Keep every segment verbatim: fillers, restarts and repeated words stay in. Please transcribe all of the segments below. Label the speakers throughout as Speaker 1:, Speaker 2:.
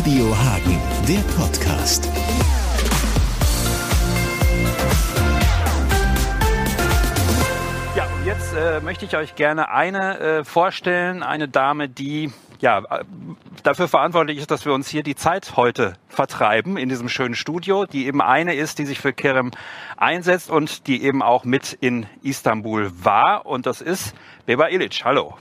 Speaker 1: Radio Hagen, der Podcast.
Speaker 2: Ja, und jetzt äh, möchte ich euch gerne eine äh, vorstellen, eine Dame, die ja dafür verantwortlich ist, dass wir uns hier die Zeit heute vertreiben in diesem schönen Studio, die eben eine ist, die sich für Kerem einsetzt und die eben auch mit in Istanbul war. Und das ist Beba Ilic. Hallo.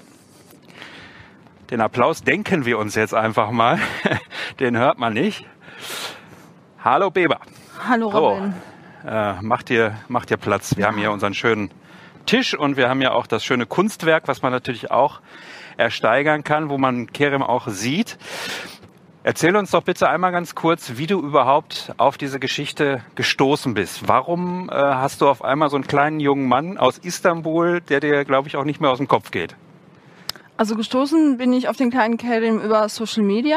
Speaker 2: Den Applaus denken wir uns jetzt einfach mal. Den hört man nicht. Hallo Beba.
Speaker 3: Hallo Robin.
Speaker 2: So, äh, macht dir, macht dir Platz. Wir ja. haben hier unseren schönen Tisch und wir haben ja auch das schöne Kunstwerk, was man natürlich auch ersteigern kann, wo man Kerem auch sieht. Erzähl uns doch bitte einmal ganz kurz, wie du überhaupt auf diese Geschichte gestoßen bist. Warum äh, hast du auf einmal so einen kleinen jungen Mann aus Istanbul, der dir, glaube ich, auch nicht mehr aus dem Kopf geht?
Speaker 3: Also gestoßen bin ich auf den kleinen Kerem über Social Media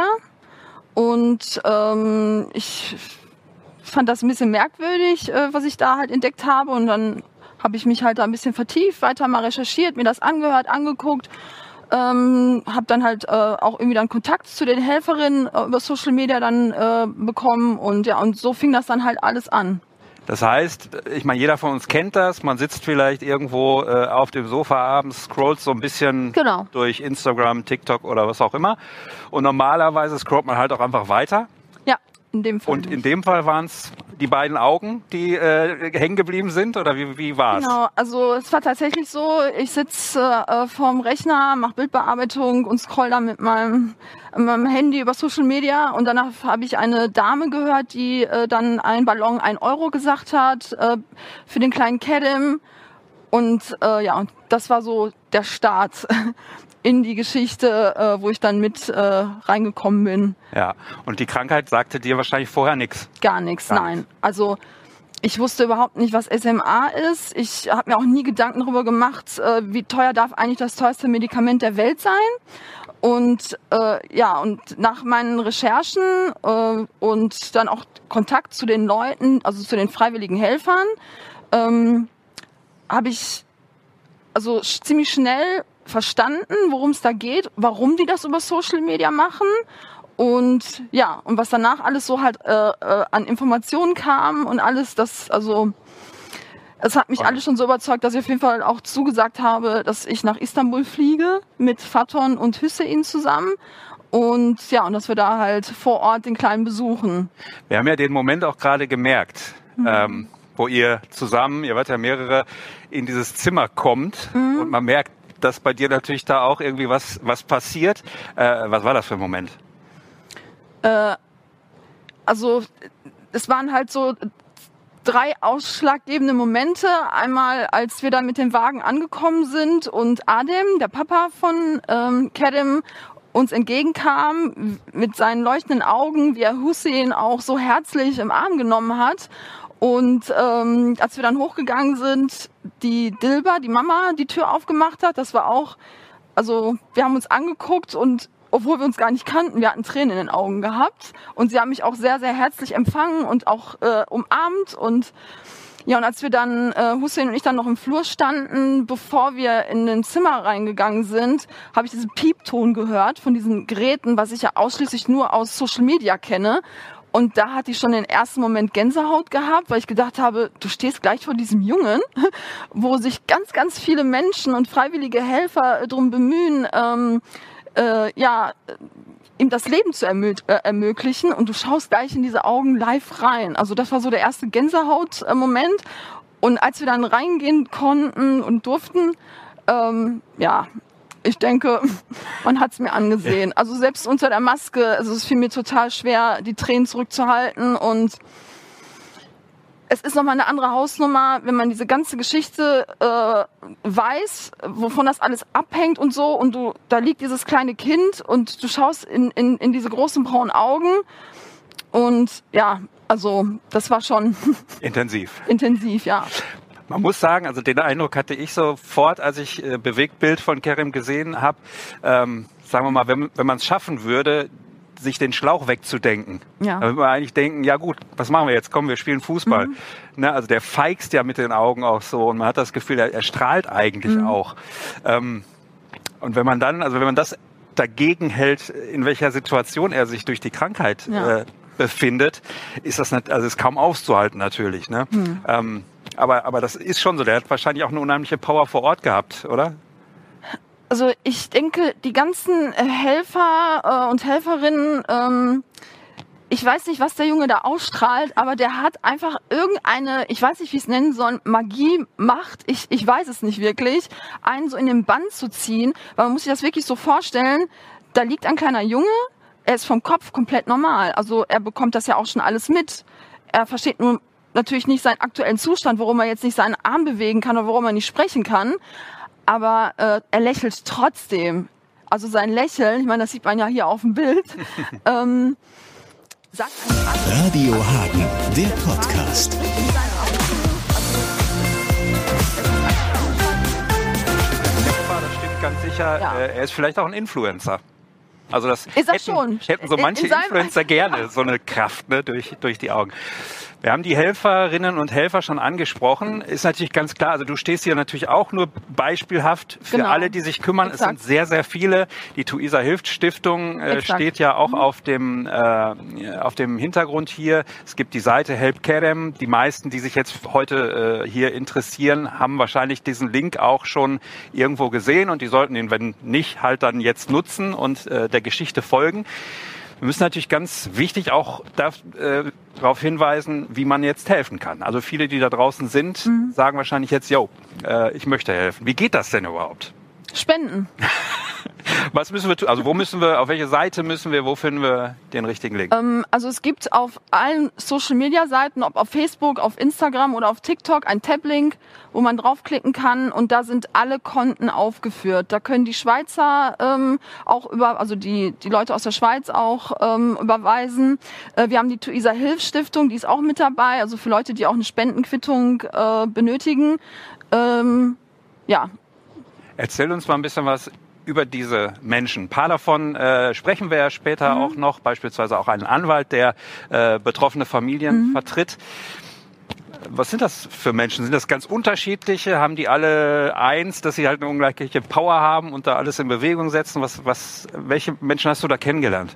Speaker 3: und ähm, ich fand das ein bisschen merkwürdig, äh, was ich da halt entdeckt habe, und dann habe ich mich halt da ein bisschen vertieft, weiter mal recherchiert, mir das angehört, angeguckt, ähm, habe dann halt äh, auch irgendwie dann Kontakt zu den Helferinnen äh, über Social Media dann äh, bekommen, und ja, und so fing das dann halt alles an.
Speaker 2: Das heißt, ich meine, jeder von uns kennt das, man sitzt vielleicht irgendwo äh, auf dem Sofa abends, scrollt so ein bisschen
Speaker 3: genau.
Speaker 2: durch Instagram, TikTok oder was auch immer, und normalerweise scrollt man halt auch einfach weiter.
Speaker 3: In dem Fall
Speaker 2: und
Speaker 3: nicht.
Speaker 2: In dem Fall waren es die beiden Augen, die äh, hängen geblieben sind, oder wie, wie war es?
Speaker 3: Genau, also es war tatsächlich so, ich sitze äh, vorm Rechner, mache Bildbearbeitung und scroll dann mit meinem, meinem Handy über Social Media, und danach habe ich eine Dame gehört, die äh, dann einen Ballon ein Euro gesagt hat äh, für den kleinen Kerem, und äh, ja, und das war so der Start in die Geschichte, äh, wo ich dann mit äh, reingekommen bin.
Speaker 2: Ja, und die Krankheit sagte dir wahrscheinlich vorher nichts?
Speaker 3: Gar nichts, nein. Also ich wusste überhaupt nicht, was S M A ist. Ich habe mir auch nie Gedanken darüber gemacht, äh, wie teuer darf eigentlich das teuerste Medikament der Welt sein. Und äh, ja, und nach meinen Recherchen äh, und dann auch Kontakt zu den Leuten, also zu den freiwilligen Helfern, ähm, habe ich also ziemlich schnell verstanden, worum es da geht, warum die das über Social Media machen, und ja, und was danach alles so halt äh, äh, an Informationen kam und alles, das, also es hat mich alles schon so überzeugt, dass ich auf jeden Fall auch zugesagt habe, dass ich nach Istanbul fliege mit Faton und Hüseyin zusammen, und ja, und dass wir da halt vor Ort den Kleinen besuchen.
Speaker 2: Wir haben ja den Moment auch gerade gemerkt, mhm. ähm, wo ihr zusammen, ihr wart ja mehrere, in dieses Zimmer kommt, mhm. und man merkt, dass bei dir natürlich da auch irgendwie was, was passiert. Äh, was war das für ein Moment?
Speaker 3: Äh, also es waren halt so drei ausschlaggebende Momente. Einmal, als wir dann mit dem Wagen angekommen sind und Adem, der Papa von ähm, Kerem, uns entgegenkam mit seinen leuchtenden Augen, wie er Hüseyin auch so herzlich im Arm genommen hat. Und ähm, als wir dann hochgegangen sind, die Dilba, die Mama, die Tür aufgemacht hat, das war auch, also wir haben uns angeguckt, und obwohl wir uns gar nicht kannten, wir hatten Tränen in den Augen gehabt, und sie haben mich auch sehr, sehr herzlich empfangen und auch äh, umarmt. Und ja, und als wir dann, äh, Hüseyin und ich dann noch im Flur standen, bevor wir in ein Zimmer reingegangen sind, habe ich diesen Piepton gehört von diesen Geräten, was ich ja ausschließlich nur aus Social Media kenne. Und da hatte ich schon den ersten Moment Gänsehaut gehabt, weil ich gedacht habe, du stehst gleich vor diesem Jungen, wo sich ganz, ganz viele Menschen und freiwillige Helfer drum bemühen, ähm, äh, ja, ihm das Leben zu ermö- äh, ermöglichen. Und du schaust gleich in diese Augen live rein. Also das war so der erste Gänsehaut-Moment. Und als wir dann reingehen konnten und durften, ähm, ja, ich denke, man hat es mir angesehen. Also selbst unter der Maske, also es fiel mir total schwer, die Tränen zurückzuhalten. Und es ist nochmal eine andere Hausnummer, wenn man diese ganze Geschichte äh, weiß, wovon das alles abhängt und so. Und du, da liegt dieses kleine Kind und du schaust in, in, in diese großen braunen Augen. Und ja, also das war schon
Speaker 2: intensiv.
Speaker 3: Intensiv, ja.
Speaker 2: Man muss sagen, also den Eindruck hatte ich sofort, als ich äh, Bewegtbild von Kerem gesehen habe, ähm, sagen wir mal, wenn, wenn man es schaffen würde, sich den Schlauch wegzudenken. Ja. Da würde man eigentlich denken, ja gut, was machen wir jetzt? Komm, wir spielen Fußball. Mhm. Ne, also der feigst ja mit den Augen auch so, und man hat das Gefühl, er, er strahlt eigentlich mhm. auch. Ähm, und wenn man dann, also wenn man das dagegen hält, in welcher Situation er sich durch die Krankheit
Speaker 3: Ja.
Speaker 2: äh, befindet, ist das nicht, also ist kaum auszuhalten natürlich. Ne?
Speaker 3: Hm.
Speaker 2: Ähm, aber, aber das ist schon so. Der hat wahrscheinlich auch eine unheimliche Power vor Ort gehabt, oder?
Speaker 3: Also ich denke, die ganzen äh, Helfer äh, und Helferinnen, ähm, ich weiß nicht, was der Junge da ausstrahlt, aber der hat einfach irgendeine, ich weiß nicht, wie ich es nennen soll, Magie, Macht, ich, ich weiß es nicht wirklich, einen so in den Bann zu ziehen, weil man muss sich das wirklich so vorstellen, da liegt ein kleiner Junge, er ist vom Kopf komplett normal, also er bekommt das ja auch schon alles mit, er versteht nur natürlich nicht seinen aktuellen Zustand, warum er jetzt nicht seinen Arm bewegen kann oder warum er nicht sprechen kann, aber äh, er lächelt trotzdem, also sein Lächeln, ich meine, das sieht man ja hier auf dem Bild, ähm, sagt einem
Speaker 1: Radio Hagen, der Podcast.
Speaker 2: Das stimmt ganz sicher.
Speaker 3: Ja.
Speaker 2: Äh, er ist vielleicht auch ein Influencer. Also das
Speaker 3: Ist er
Speaker 2: hätten,
Speaker 3: schon.
Speaker 2: hätten so
Speaker 3: In-
Speaker 2: manche
Speaker 3: in seinem-
Speaker 2: Influencer gerne, so eine Kraft, ne, durch, durch die Augen. Wir haben die Helferinnen und Helfer schon angesprochen. Ist natürlich ganz klar, also du stehst hier natürlich auch nur beispielhaft für
Speaker 3: Genau.
Speaker 2: alle, die sich kümmern.
Speaker 3: Exakt.
Speaker 2: Es sind sehr, sehr viele. Die Tuisa Hilft Stiftung äh,
Speaker 3: Exakt.
Speaker 2: steht ja auch auf dem, äh, auf dem Hintergrund hier. Es gibt die Seite Help Kerem. Die meisten, die sich jetzt heute äh, hier interessieren, haben wahrscheinlich diesen Link auch schon irgendwo gesehen und die sollten ihn, wenn nicht, halt dann jetzt nutzen und äh, der Geschichte folgen. Wir müssen natürlich ganz wichtig auch da, äh, darauf hinweisen, wie man jetzt helfen kann. Also viele, die da draußen sind,
Speaker 3: Mhm.
Speaker 2: sagen wahrscheinlich jetzt, yo, äh, ich möchte helfen. Wie geht das denn überhaupt?
Speaker 3: Spenden.
Speaker 2: Was müssen wir tun? Also wo müssen wir, auf welche Seite müssen wir, wo finden wir den richtigen Link?
Speaker 3: Ähm, also es gibt auf allen Social-Media-Seiten, ob auf Facebook, auf Instagram oder auf TikTok, einen Tab-Link, wo man draufklicken kann und da sind alle Konten aufgeführt. Da können die Schweizer ähm, auch über, also die die Leute aus der Schweiz auch ähm, überweisen. Äh, wir haben die Tuisa Hilf Stiftung, die ist auch mit dabei, also für Leute, die auch eine Spendenquittung äh, benötigen. Ähm, ja.
Speaker 2: Erzähl uns mal ein bisschen was über diese Menschen. Ein paar davon äh, sprechen wir ja später
Speaker 3: Mhm.
Speaker 2: auch noch, beispielsweise auch einen Anwalt, der äh, betroffene Familien
Speaker 3: Mhm.
Speaker 2: vertritt. Was sind das für Menschen? Sind das ganz unterschiedliche? Haben die alle eins, dass sie halt eine ungleiche Power haben und da alles in Bewegung setzen? Was, was, welche Menschen hast du da kennengelernt?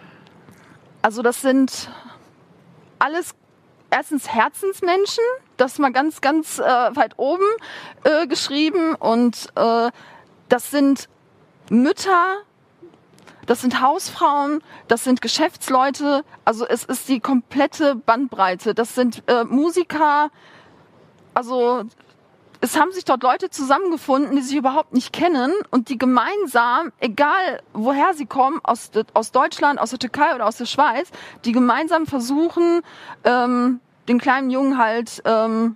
Speaker 3: Also das sind alles erstens Herzensmenschen, das mal ganz, ganz äh, weit oben äh, geschrieben und äh, das sind Mütter, das sind Hausfrauen, das sind Geschäftsleute, also es ist die komplette Bandbreite. Das sind äh, Musiker, also es haben sich dort Leute zusammengefunden, die sich überhaupt nicht kennen und die gemeinsam, egal woher sie kommen, aus, aus Deutschland, aus der Türkei oder aus der Schweiz, die gemeinsam versuchen, ähm, den kleinen Jungen halt ähm,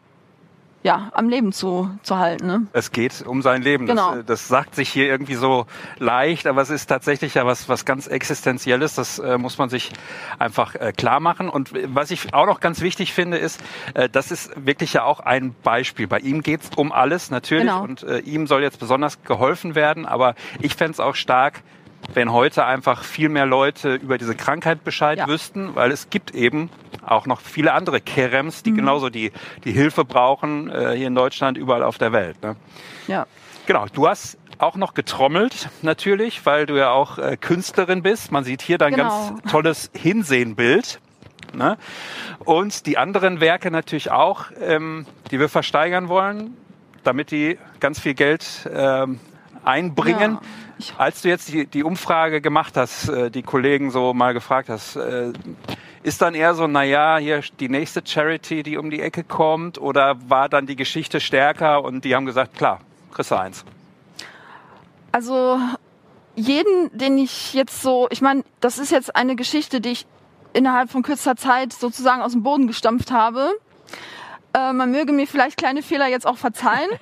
Speaker 3: ja, am Leben zu, zu halten. Ne?
Speaker 2: Es geht um sein Leben.
Speaker 3: Genau.
Speaker 2: Das, das sagt sich hier irgendwie so leicht, aber es ist tatsächlich ja was, was ganz Existenzielles. Das äh, muss man sich einfach äh, klar machen. Und was ich auch noch ganz wichtig finde, ist, äh, das ist wirklich ja auch ein Beispiel. Bei ihm geht's um alles natürlich
Speaker 3: Genau.
Speaker 2: und äh, ihm soll jetzt besonders geholfen werden. Aber ich fände es auch stark, wenn heute einfach viel mehr Leute über diese Krankheit Bescheid
Speaker 3: Ja.
Speaker 2: wüssten, weil es gibt eben auch noch viele andere Kerems, die
Speaker 3: Mhm.
Speaker 2: genauso die, die Hilfe brauchen, äh, hier in Deutschland, überall auf der Welt. Ne?
Speaker 3: Ja.
Speaker 2: Genau, du hast auch noch getrommelt, natürlich, weil du ja auch äh, Künstlerin bist. Man sieht hier dein
Speaker 3: Genau.
Speaker 2: ganz tolles Hinsehenbild. Ne? Und die anderen Werke natürlich auch, ähm, die wir versteigern wollen, damit die ganz viel Geld ähm, einbringen.
Speaker 3: Ja. Ich-
Speaker 2: Als du jetzt die, die Umfrage gemacht hast, äh, die Kollegen so mal gefragt hast, äh, ist dann eher so, naja, hier die nächste Charity, die um die Ecke kommt, oder war dann die Geschichte stärker und die haben gesagt, klar, kriegst du eins?
Speaker 3: Also jeden, den ich jetzt so, ich meine, das ist jetzt eine Geschichte, die ich innerhalb von kürzester Zeit sozusagen aus dem Boden gestampft habe. Äh, man möge mir vielleicht kleine Fehler jetzt auch verzeihen.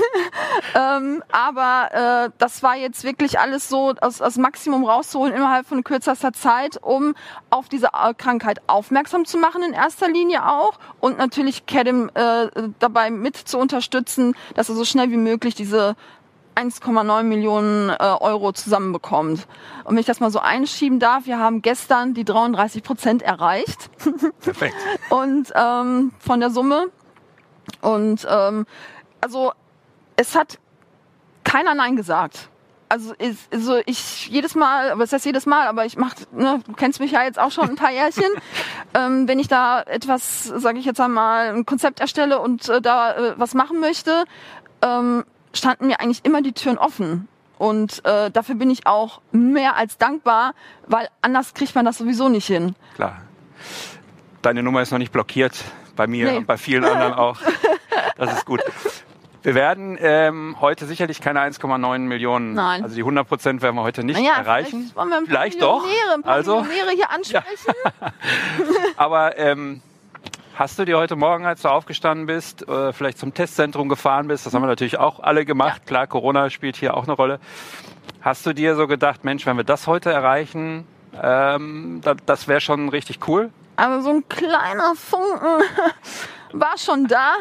Speaker 3: ähm, aber äh, das war jetzt wirklich alles so, aus das Maximum rauszuholen innerhalb von kürzester Zeit, um auf diese äh, Krankheit aufmerksam zu machen in erster Linie auch und natürlich Kerem äh, dabei mit zu unterstützen, dass er so schnell wie möglich diese eins Komma neun Millionen äh, Euro zusammenbekommt. Und wenn ich das mal so einschieben darf, wir haben gestern die dreiunddreißig Prozent erreicht.
Speaker 2: Perfekt.
Speaker 3: Und ähm, von der Summe. Und ähm, also es hat keiner Nein gesagt. also, ist, also ich jedes Mal, was heißt jedes Mal, aber ich mach, ne, du kennst mich ja jetzt auch schon ein paar Jährchen, ähm, wenn ich da etwas, sage ich jetzt einmal, ein Konzept erstelle und äh, da äh, was machen möchte, ähm, standen mir eigentlich immer die Türen offen. Und äh, dafür bin ich auch mehr als dankbar, weil anders kriegt man das sowieso nicht hin.
Speaker 2: Klar. Deine Nummer ist noch nicht blockiert, bei mir
Speaker 3: Nee.
Speaker 2: und bei vielen anderen auch. Das ist gut. Wir werden ähm, heute sicherlich keine eins Komma neun Millionen,
Speaker 3: Nein.
Speaker 2: also die hundert Prozent werden wir heute nicht
Speaker 3: Naja,
Speaker 2: erreichen.
Speaker 3: vielleicht wollen wir ein paar
Speaker 2: Vielleicht doch.
Speaker 3: Millionäre, ein paar
Speaker 2: Also,
Speaker 3: Millionäre hier ansprechen.
Speaker 2: aber ähm, hast du dir heute Morgen, als du aufgestanden bist, äh, vielleicht zum Testzentrum gefahren bist, das haben wir natürlich auch alle gemacht, klar, Corona spielt hier auch eine Rolle. Hast du dir so gedacht, Mensch, wenn wir das heute erreichen, ähm, da, das wäre schon richtig cool?
Speaker 3: Aber so ein kleiner Funken war schon da.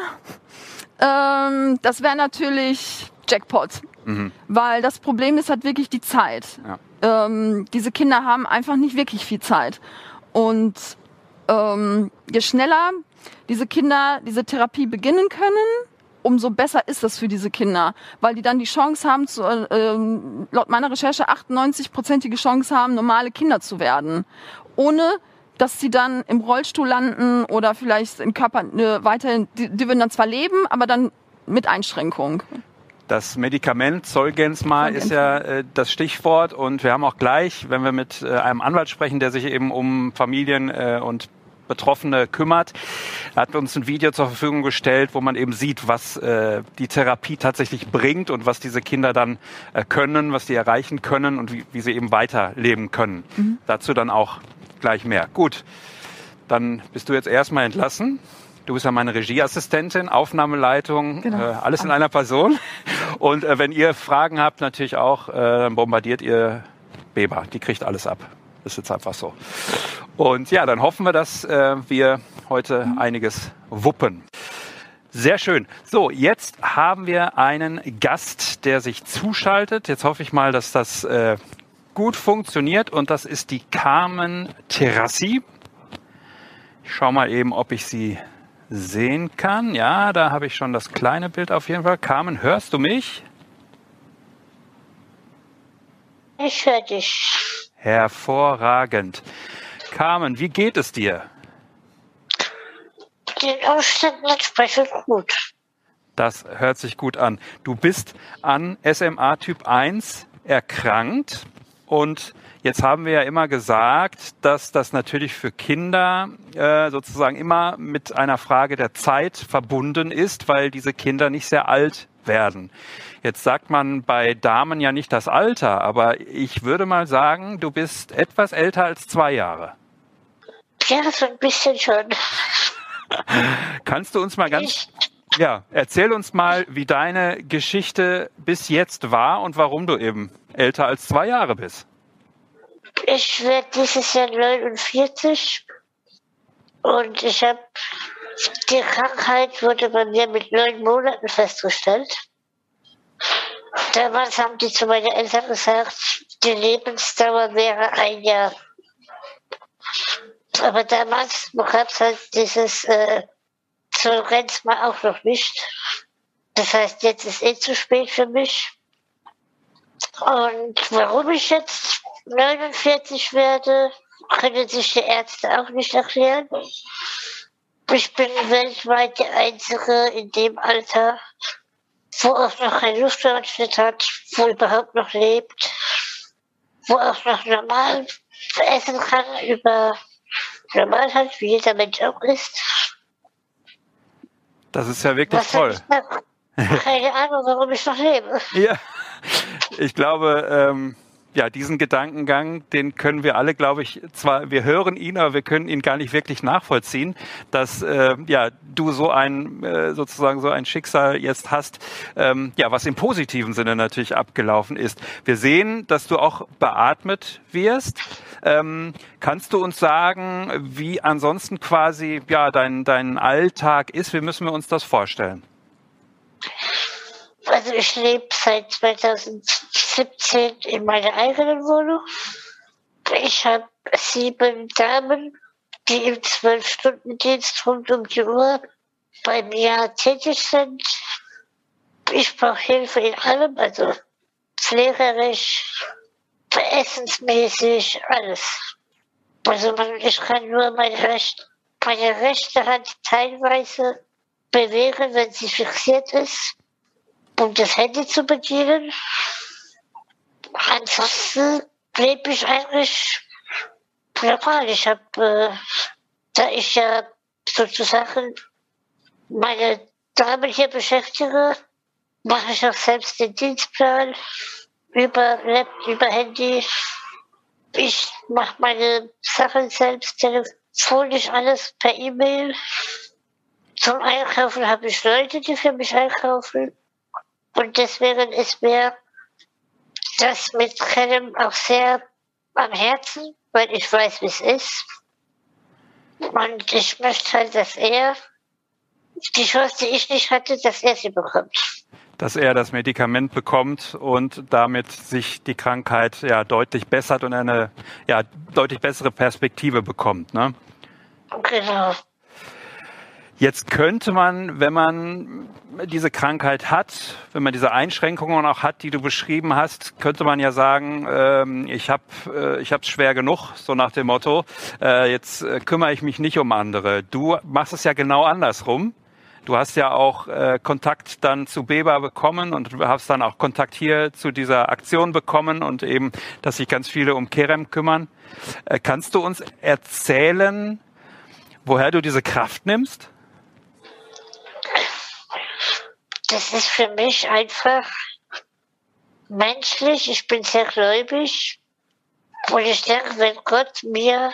Speaker 3: Ähm, das wäre natürlich Jackpot.
Speaker 2: Mhm.
Speaker 3: Weil das Problem ist halt wirklich die Zeit.
Speaker 2: Ja.
Speaker 3: Ähm, diese Kinder haben einfach nicht wirklich viel Zeit. Und ähm, je schneller diese Kinder diese Therapie beginnen können, umso besser ist das für diese Kinder. Weil die dann die Chance haben, zu, ähm, laut meiner Recherche achtundneunzig-prozentige Chance haben, normale Kinder zu werden. Ohne dass sie dann im Rollstuhl landen oder vielleicht im Körper äh, weiterhin, die, die würden dann zwar leben, aber dann mit Einschränkung.
Speaker 2: Das Medikament Zolgensma ist ja äh, das Stichwort und wir haben auch gleich, wenn wir mit äh, einem Anwalt sprechen, der sich eben um Familien äh, und Betroffene kümmert, hat uns ein Video zur Verfügung gestellt, wo man eben sieht, was äh, die Therapie tatsächlich bringt und was diese Kinder dann äh, können, was die erreichen können und wie, wie sie eben weiterleben können. Mhm. Dazu dann auch gleich mehr. Gut, dann bist du jetzt erstmal entlassen. Du bist ja meine Regieassistentin, Aufnahmeleitung,
Speaker 3: genau.
Speaker 2: äh, alles in einer Person. Und äh, wenn ihr Fragen habt, natürlich auch, äh, dann bombardiert ihr Beba. Die kriegt alles ab. Ist jetzt einfach so. Und ja, dann hoffen wir, dass äh, wir heute mhm. einiges wuppen. Sehr schön. So, jetzt haben wir einen Gast, der sich zuschaltet. Jetzt hoffe ich mal, dass das äh, gut funktioniert. Und das ist die Carmen Terrassi. Ich schaue mal eben, ob ich sie sehen kann. Ja, da habe ich schon das kleine Bild auf jeden Fall. Carmen, hörst du mich?
Speaker 4: Ich höre dich.
Speaker 2: Hervorragend. Carmen, wie geht es dir?
Speaker 4: Den Umständen entsprechend gut.
Speaker 2: Das hört sich gut an. Du bist an S M A Typ eins erkrankt und jetzt haben wir ja immer gesagt, dass das natürlich für Kinder äh, sozusagen immer mit einer Frage der Zeit verbunden ist, weil diese Kinder nicht sehr alt werden. Jetzt sagt man bei Damen ja nicht das Alter, aber ich würde mal sagen, du bist etwas älter als zwei Jahre.
Speaker 4: Ja, so ein bisschen schon.
Speaker 2: Kannst du uns mal ganz, ja, erzähl uns mal, wie deine Geschichte bis jetzt war und warum du eben älter als zwei Jahre bist.
Speaker 4: Ich werde dieses Jahr neunundvierzig und ich habe die Krankheit wurde bei mir mit neun Monaten festgestellt. Damals haben die zu meinen Eltern gesagt, die Lebensdauer wäre ein Jahr. Aber damals gab es halt dieses äh, Zolgensma auch noch nicht. Das heißt, jetzt ist eh zu spät für mich. Und warum ich jetzt neunundvierzig werde, können sich die Ärzte auch nicht erklären. Ich bin weltweit die Einzige in dem Alter, wo auch noch keinen Luftanschnitt hat, wo überhaupt noch lebt, wo auch noch normal essen kann, über normal halt, wie jeder Mensch auch isst.
Speaker 2: Das ist ja wirklich
Speaker 4: Was
Speaker 2: toll.
Speaker 4: Keine Ahnung, warum ich noch lebe.
Speaker 2: Ja, ich glaube, ähm, ja, diesen Gedankengang, den können wir alle, glaube ich, zwar, wir hören ihn, aber wir können ihn gar nicht wirklich nachvollziehen, dass äh, ja du so ein äh, sozusagen so ein Schicksal jetzt hast, ähm, ja, was im positiven Sinne natürlich abgelaufen ist. Wir sehen, dass du auch beatmet wirst. Ähm, kannst du uns sagen, wie ansonsten quasi ja dein dein Alltag ist? Wie müssen wir uns das vorstellen?
Speaker 4: Also ich lebe seit zweitausendsiebzehn in meiner eigenen Wohnung. Ich habe sieben Damen, die im zwölf-Stunden-Dienst rund um die Uhr bei mir tätig sind. Ich brauche Hilfe in allem, also pflegerisch, essensmäßig, alles. Also man, ich kann nur meine, Recht, meine rechte Hand teilweise bewegen, wenn sie fixiert ist, um das Handy zu bedienen. Ansonsten lebe ich eigentlich normal. Ich habe, äh, da ich ja sozusagen meine Damen hier beschäftige, mache ich auch selbst den Dienstplan über Laptop, über Handy. Ich mache meine Sachen selbst, telefonisch alles per E-Mail. Zum Einkaufen habe ich Leute, die für mich einkaufen. Und deswegen ist mir das mit Callum auch sehr am Herzen, weil ich weiß, wie es ist. Und ich möchte halt, dass er die Chance, die ich nicht hatte, dass er sie bekommt.
Speaker 2: Dass er das Medikament bekommt und damit sich die Krankheit ja deutlich bessert und eine ja deutlich bessere Perspektive bekommt, ne?
Speaker 4: Genau.
Speaker 2: Jetzt könnte man, wenn man diese Krankheit hat, wenn man diese Einschränkungen auch hat, die du beschrieben hast, könnte man ja sagen, ähm, ich habe äh, ich habe es schwer genug, so nach dem Motto, äh, jetzt äh, kümmere ich mich nicht um andere. Du machst es ja genau andersrum. Du hast ja auch äh, Kontakt dann zu Beba bekommen und du hast dann auch Kontakt hier zu dieser Aktion bekommen und eben, dass sich ganz viele um Kerem kümmern. Äh, kannst du uns erzählen, woher du diese Kraft nimmst?
Speaker 4: Das ist für mich einfach menschlich. Ich bin sehr gläubig. Und ich denke, wenn Gott mir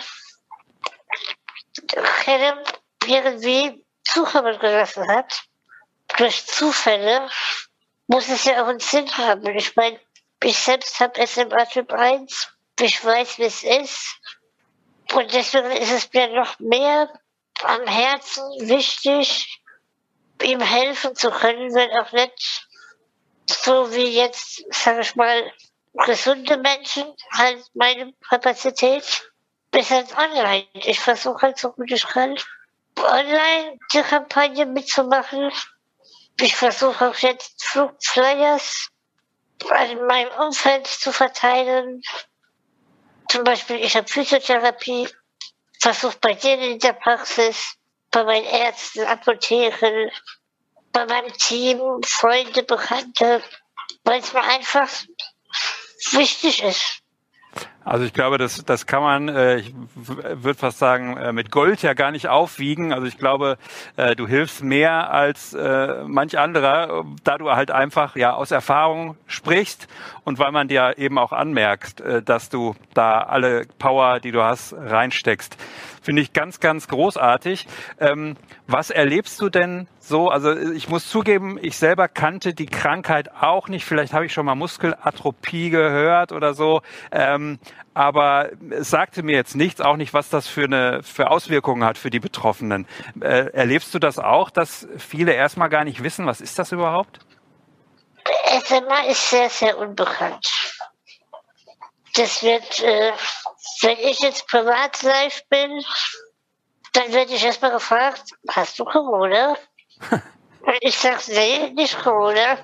Speaker 4: Kerem irgendwie zukommen gelassen hat, durch Zufälle, muss es ja auch einen Sinn haben. Ich meine, ich selbst habe S M A Typ eins, ich weiß, wie es ist. Und deswegen ist es mir noch mehr am Herzen wichtig, ihm helfen zu können, wenn auch nicht so wie jetzt, sage ich mal, gesunde Menschen, halt meine Kapazität, bis halt online. Ich versuche halt so gut ich kann, online die Kampagne mitzumachen. Ich versuche auch jetzt Flugflyers in meinem Umfeld zu verteilen. Zum Beispiel, ich habe Physiotherapie, versuche bei denen in der Praxis, bei meinen Ärzten, Apotheken, bei meinem Team, Freunde, Bekannte, weil es mir einfach wichtig ist.
Speaker 2: Also ich glaube, das, das kann man, äh, ich würde fast sagen, äh, mit Gold ja gar nicht aufwiegen. Also ich glaube, äh, du hilfst mehr als äh, manch anderer, da du halt einfach ja aus Erfahrung sprichst und weil man dir eben auch anmerkt, äh, dass du da alle Power, die du hast, reinsteckst. Finde ich ganz, ganz großartig. Ähm, was erlebst du denn so? Also ich muss zugeben, ich selber kannte die Krankheit auch nicht. Vielleicht habe ich schon mal Muskelatrophie gehört oder so. Ähm, aber es sagte mir jetzt nichts, auch nicht, was das für eine für Auswirkungen hat für die Betroffenen. Äh, erlebst du das auch, dass viele erstmal gar nicht wissen, was ist das überhaupt?
Speaker 4: S M A ist sehr, sehr unbekannt. Das wird, äh, wenn ich jetzt privat live bin, dann werde ich erstmal gefragt, hast du Corona? Und ich sage, nee, nicht Corona.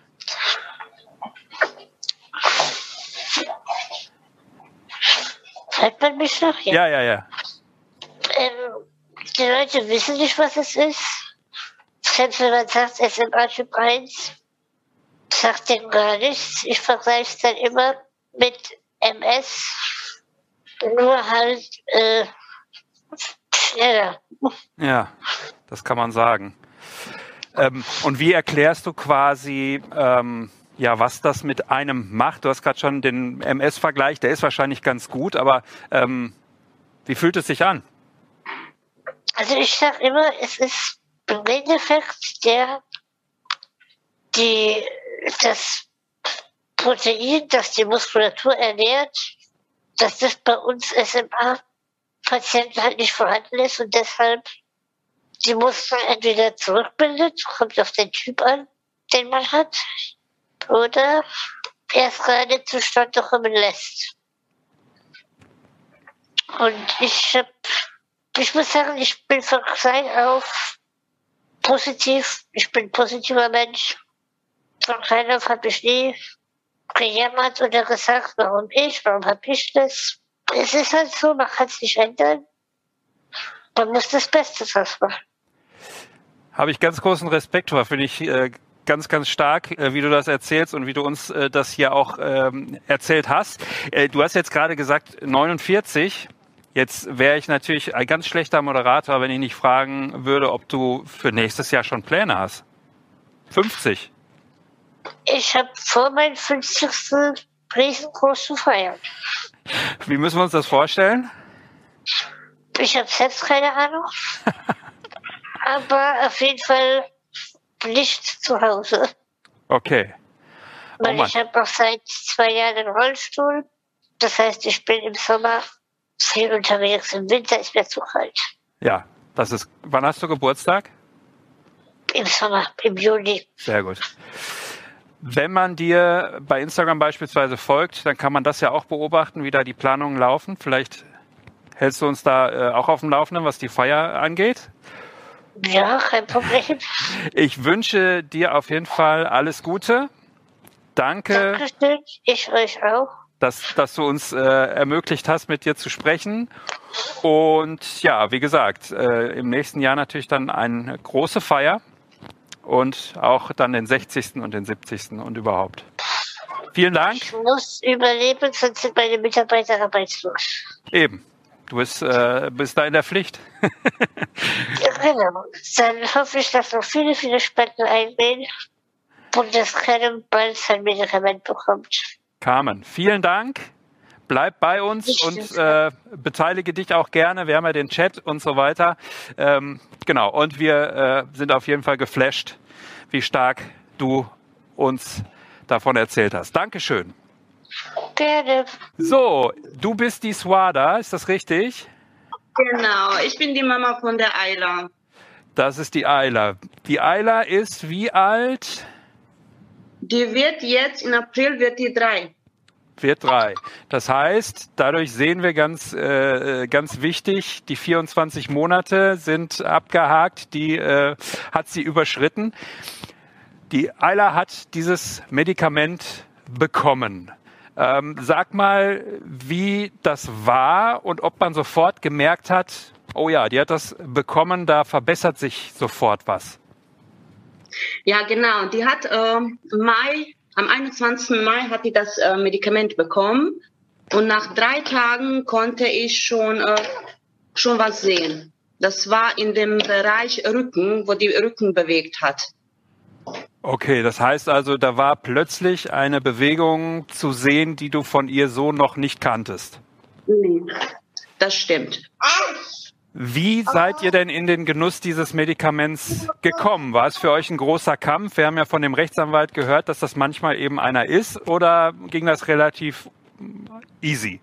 Speaker 4: Hört man mich noch?
Speaker 2: Ja, ja, ja.
Speaker 4: Ähm, die Leute wissen nicht, was es ist. Selbst wenn man sagt, S M A Typ eins, sagt denen gar nichts. Ich vergleiche es dann immer mit M S, nur halt äh, schneller.
Speaker 2: Ja, das kann man sagen. Ähm, und wie erklärst du quasi, ähm, ja, was das mit einem macht? Du hast gerade schon den M S-Vergleich, der ist wahrscheinlich ganz gut, aber ähm, wie fühlt es sich an?
Speaker 4: Also ich sag immer, es ist ein Endeffekt, der die, das Protein, das die Muskulatur ernährt, dass das bei uns S M A-Patienten halt nicht vorhanden ist und deshalb die Muskeln entweder zurückbildet, kommt auf den Typ an, den man hat, oder erst gerade zustande kommen lässt. Und ich hab, ich muss sagen, ich bin von klein auf positiv, ich bin ein positiver Mensch. Von klein auf habe ich nie gejammert oder gesagt, warum ich, warum hab ich das. Es ist halt so, man kann es nicht ändern. Man muss das Beste draus machen.
Speaker 2: Habe ich ganz großen Respekt vor, finde ich äh, ganz, ganz stark, äh, wie du das erzählst und wie du uns äh, das hier auch ähm, erzählt hast. Äh, du hast jetzt gerade gesagt neunundvierzig. Jetzt wäre ich natürlich ein ganz schlechter Moderator, wenn ich nicht fragen würde, ob du für nächstes Jahr schon Pläne hast. fünfzig.
Speaker 4: Ich habe vor, meinen fünfzigsten riesengroß zu feiern.
Speaker 2: Wie müssen wir uns das vorstellen?
Speaker 4: Ich habe selbst keine Ahnung. Aber auf jeden Fall nicht zu Hause.
Speaker 2: Okay.
Speaker 4: Weil
Speaker 2: Oh
Speaker 4: ich habe auch seit zwei Jahren einen Rollstuhl. Das heißt, ich bin im Sommer viel unterwegs. Im Winter ist mir zu kalt.
Speaker 2: Ja, das ist. Wann hast du Geburtstag?
Speaker 4: Im Sommer, im Juni.
Speaker 2: Sehr gut. Wenn man dir bei Instagram beispielsweise folgt, dann kann man das ja auch beobachten, wie da die Planungen laufen. Vielleicht hältst du uns da äh, auch auf dem Laufenden, was die Feier angeht.
Speaker 4: Ja, kein Problem.
Speaker 2: Ich wünsche dir auf jeden Fall alles Gute. Danke,
Speaker 4: Dankeschön. Ich euch auch.
Speaker 2: dass, dass du uns äh, ermöglicht hast, mit dir zu sprechen. Und ja, wie gesagt, äh, im nächsten Jahr natürlich dann eine große Feier. Und auch dann den sechzigsten und den siebzigsten und überhaupt. Vielen Dank.
Speaker 4: Ich muss überleben, sonst sind meine Mitarbeiter arbeitslos.
Speaker 2: Eben. Du bist, äh, bist da in der Pflicht.
Speaker 4: Genau. Dann hoffe ich, dass noch viele, viele Spenden eingehen und dass keiner bald sein Medikament bekommt.
Speaker 2: Carmen, vielen Dank. Bleib bei uns
Speaker 4: Ich
Speaker 2: und äh, beteilige dich auch gerne. Wir haben ja den Chat und so weiter. Ähm, genau, und wir äh, sind auf jeden Fall geflasht, wie stark du uns davon erzählt hast. Dankeschön.
Speaker 4: Gerne.
Speaker 2: So, du bist die Swada, ist das richtig?
Speaker 5: Genau, ich bin die Mama von der Ayla.
Speaker 2: Das ist die Ayla. Die Ayla ist wie alt?
Speaker 5: Die wird jetzt, im April wird die drei.
Speaker 2: Wird drei. Das heißt, dadurch sehen wir ganz, äh, ganz wichtig, die vierundzwanzig Monate sind abgehakt, die äh, hat sie überschritten. Die Ayla hat dieses Medikament bekommen. Ähm, sag mal, wie das war und ob man sofort gemerkt hat, oh ja, die hat das bekommen, da verbessert sich sofort was.
Speaker 5: Ja, genau. Die hat äh, Mai, am einundzwanzigsten Mai hat die das äh, Medikament bekommen und nach drei Tagen konnte ich schon, äh, schon was sehen. Das war in dem Bereich Rücken, wo die Rücken bewegt hat.
Speaker 2: Okay, das heißt also, da war plötzlich eine Bewegung zu sehen, die du von ihr so noch nicht kanntest.
Speaker 5: Nee, das stimmt.
Speaker 2: Wie seid ihr denn in den Genuss dieses Medikaments gekommen? War es für euch ein großer Kampf? Wir haben ja von dem Rechtsanwalt gehört, dass das manchmal eben einer ist, oder ging das relativ easy?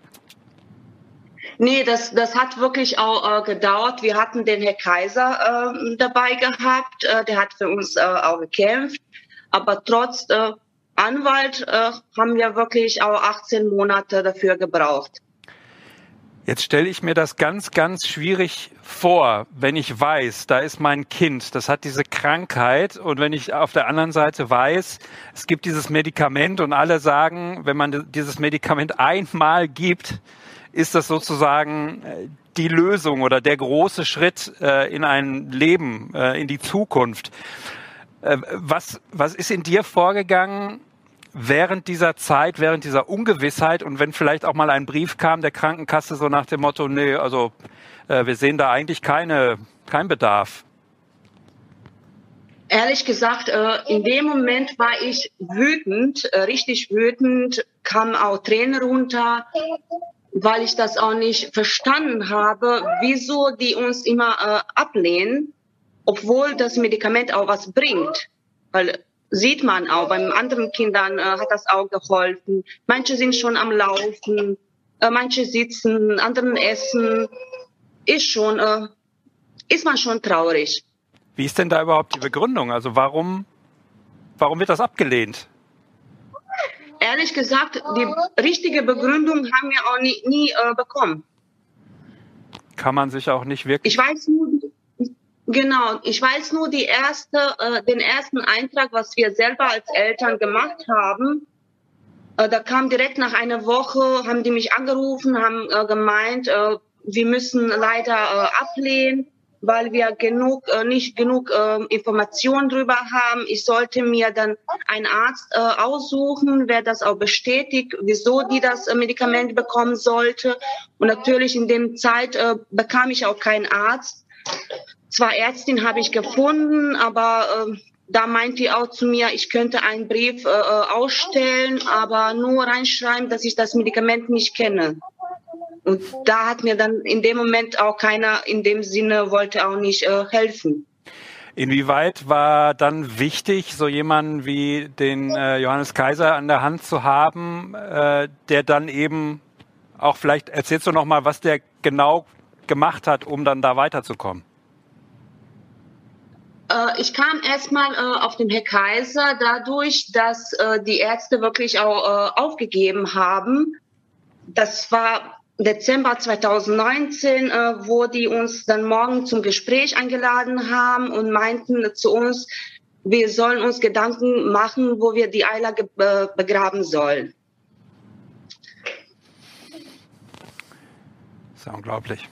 Speaker 5: Nee, das, das hat wirklich auch äh, gedauert. Wir hatten den Herr Kaiser äh, dabei gehabt, äh, der hat für uns äh, auch gekämpft. Aber trotz äh, Anwalt äh, haben wir wirklich auch achtzehn Monate dafür gebraucht.
Speaker 2: Jetzt stelle ich mir das ganz, ganz schwierig vor, wenn ich weiß, da ist mein Kind, das hat diese Krankheit, und wenn ich auf der anderen Seite weiß, es gibt dieses Medikament und alle sagen, wenn man dieses Medikament einmal gibt, ist das sozusagen die Lösung oder der große Schritt äh, in ein Leben, äh, in die Zukunft. Äh, was, was ist in dir vorgegangen während dieser Zeit, während dieser Ungewissheit, und wenn vielleicht auch mal ein Brief kam der Krankenkasse so nach dem Motto, nee, also äh, wir sehen da eigentlich keine, keinen Bedarf?
Speaker 5: Ehrlich gesagt, äh, in dem Moment war ich wütend, äh, richtig wütend, kamen auch Tränen runter, weil ich das auch nicht verstanden habe, wieso die uns immer äh, ablehnen, obwohl das Medikament auch was bringt. Weil sieht man auch, bei anderen Kindern äh, hat das auch geholfen. Manche sind schon am Laufen, äh, manche sitzen, anderen essen. Ist schon, äh, ist man schon traurig.
Speaker 2: Wie ist denn da überhaupt die Begründung? Also warum, warum wird das abgelehnt?
Speaker 5: Ehrlich gesagt, die richtige Begründung haben wir auch nie, nie äh, bekommen.
Speaker 2: Kann man sich auch nicht wirklich...
Speaker 5: Ich weiß nur, genau, ich weiß nur die erste, äh, den ersten Eintrag, was wir selber als Eltern gemacht haben. Äh, da kam direkt nach einer Woche, haben die mich angerufen, haben äh, gemeint, äh, wir müssen leider äh, ablehnen, weil wir genug, äh, nicht genug äh, Informationen drüber haben. Ich sollte mir dann einen Arzt äh, aussuchen, wer das auch bestätigt, wieso die das äh, Medikament bekommen sollte. Und natürlich in dem Zeit äh, bekam ich auch keinen Arzt. Zwar Ärztin habe ich gefunden, aber äh, da meint die auch zu mir, ich könnte einen Brief äh, ausstellen, aber nur reinschreiben, dass ich das Medikament nicht kenne. Und da hat mir dann in dem Moment auch keiner in dem Sinne wollte auch nicht äh, helfen.
Speaker 2: Inwieweit war dann wichtig, so jemanden wie den äh, Johannes Kaiser an der Hand zu haben, äh, der dann eben auch vielleicht, erzählst du noch mal, was der genau gemacht hat, um dann da weiterzukommen?
Speaker 5: Äh, ich kam erstmal äh, auf den Herr Kaiser dadurch, dass äh, die Ärzte wirklich auch äh, aufgegeben haben. Das war Dezember zweitausendneunzehn, äh, wo die uns dann morgen zum Gespräch eingeladen haben und meinten zu uns, wir sollen uns Gedanken machen, wo wir die Ayla ge- äh, begraben sollen.
Speaker 2: Das ist ja unglaublich.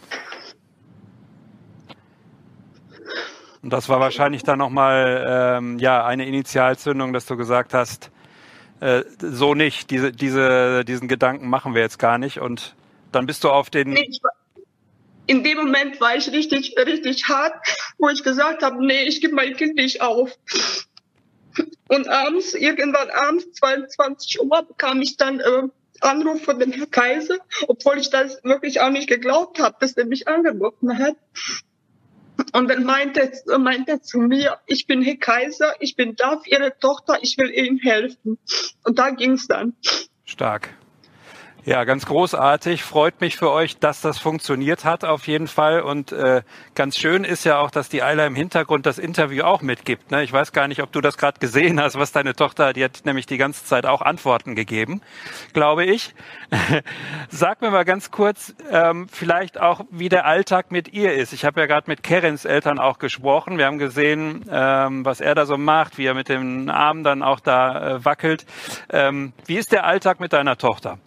Speaker 2: Und das war wahrscheinlich dann nochmal ähm, ja, eine Initialzündung, dass du gesagt hast, äh, so nicht, diese, diese, diesen Gedanken machen wir jetzt gar nicht. Und dann bist du auf den...
Speaker 5: Nee, ich war, in dem Moment war ich richtig, richtig hart, wo ich gesagt habe, nee, ich gebe mein Kind nicht auf. Und abends, irgendwann abends, zweiundzwanzig Uhr, bekam ich dann äh, Anruf von dem Herrn Kaiser, obwohl ich das wirklich auch nicht geglaubt habe, dass er mich angerufen hat. Und dann meinte er, meinte er zu mir, ich bin Herr Kaiser, ich bin da für Ihre Tochter, ich will Ihnen helfen. Und da ging es dann.
Speaker 2: Stark. Ja, ganz großartig. Freut mich für euch, dass das funktioniert hat auf jeden Fall. Und äh, ganz schön ist ja auch, dass die Ayla im Hintergrund das Interview auch mitgibt. Ne? Ich weiß gar nicht, ob du das gerade gesehen hast, was deine Tochter, die hat nämlich die ganze Zeit auch Antworten gegeben, glaube ich. Sag mir mal ganz kurz, ähm, vielleicht auch, wie der Alltag mit ihr ist. Ich habe ja gerade mit Kerems Eltern auch gesprochen. Wir haben gesehen, ähm, was er da so macht, wie er mit dem Arm dann auch da äh, wackelt. Ähm, wie ist der Alltag mit deiner Tochter?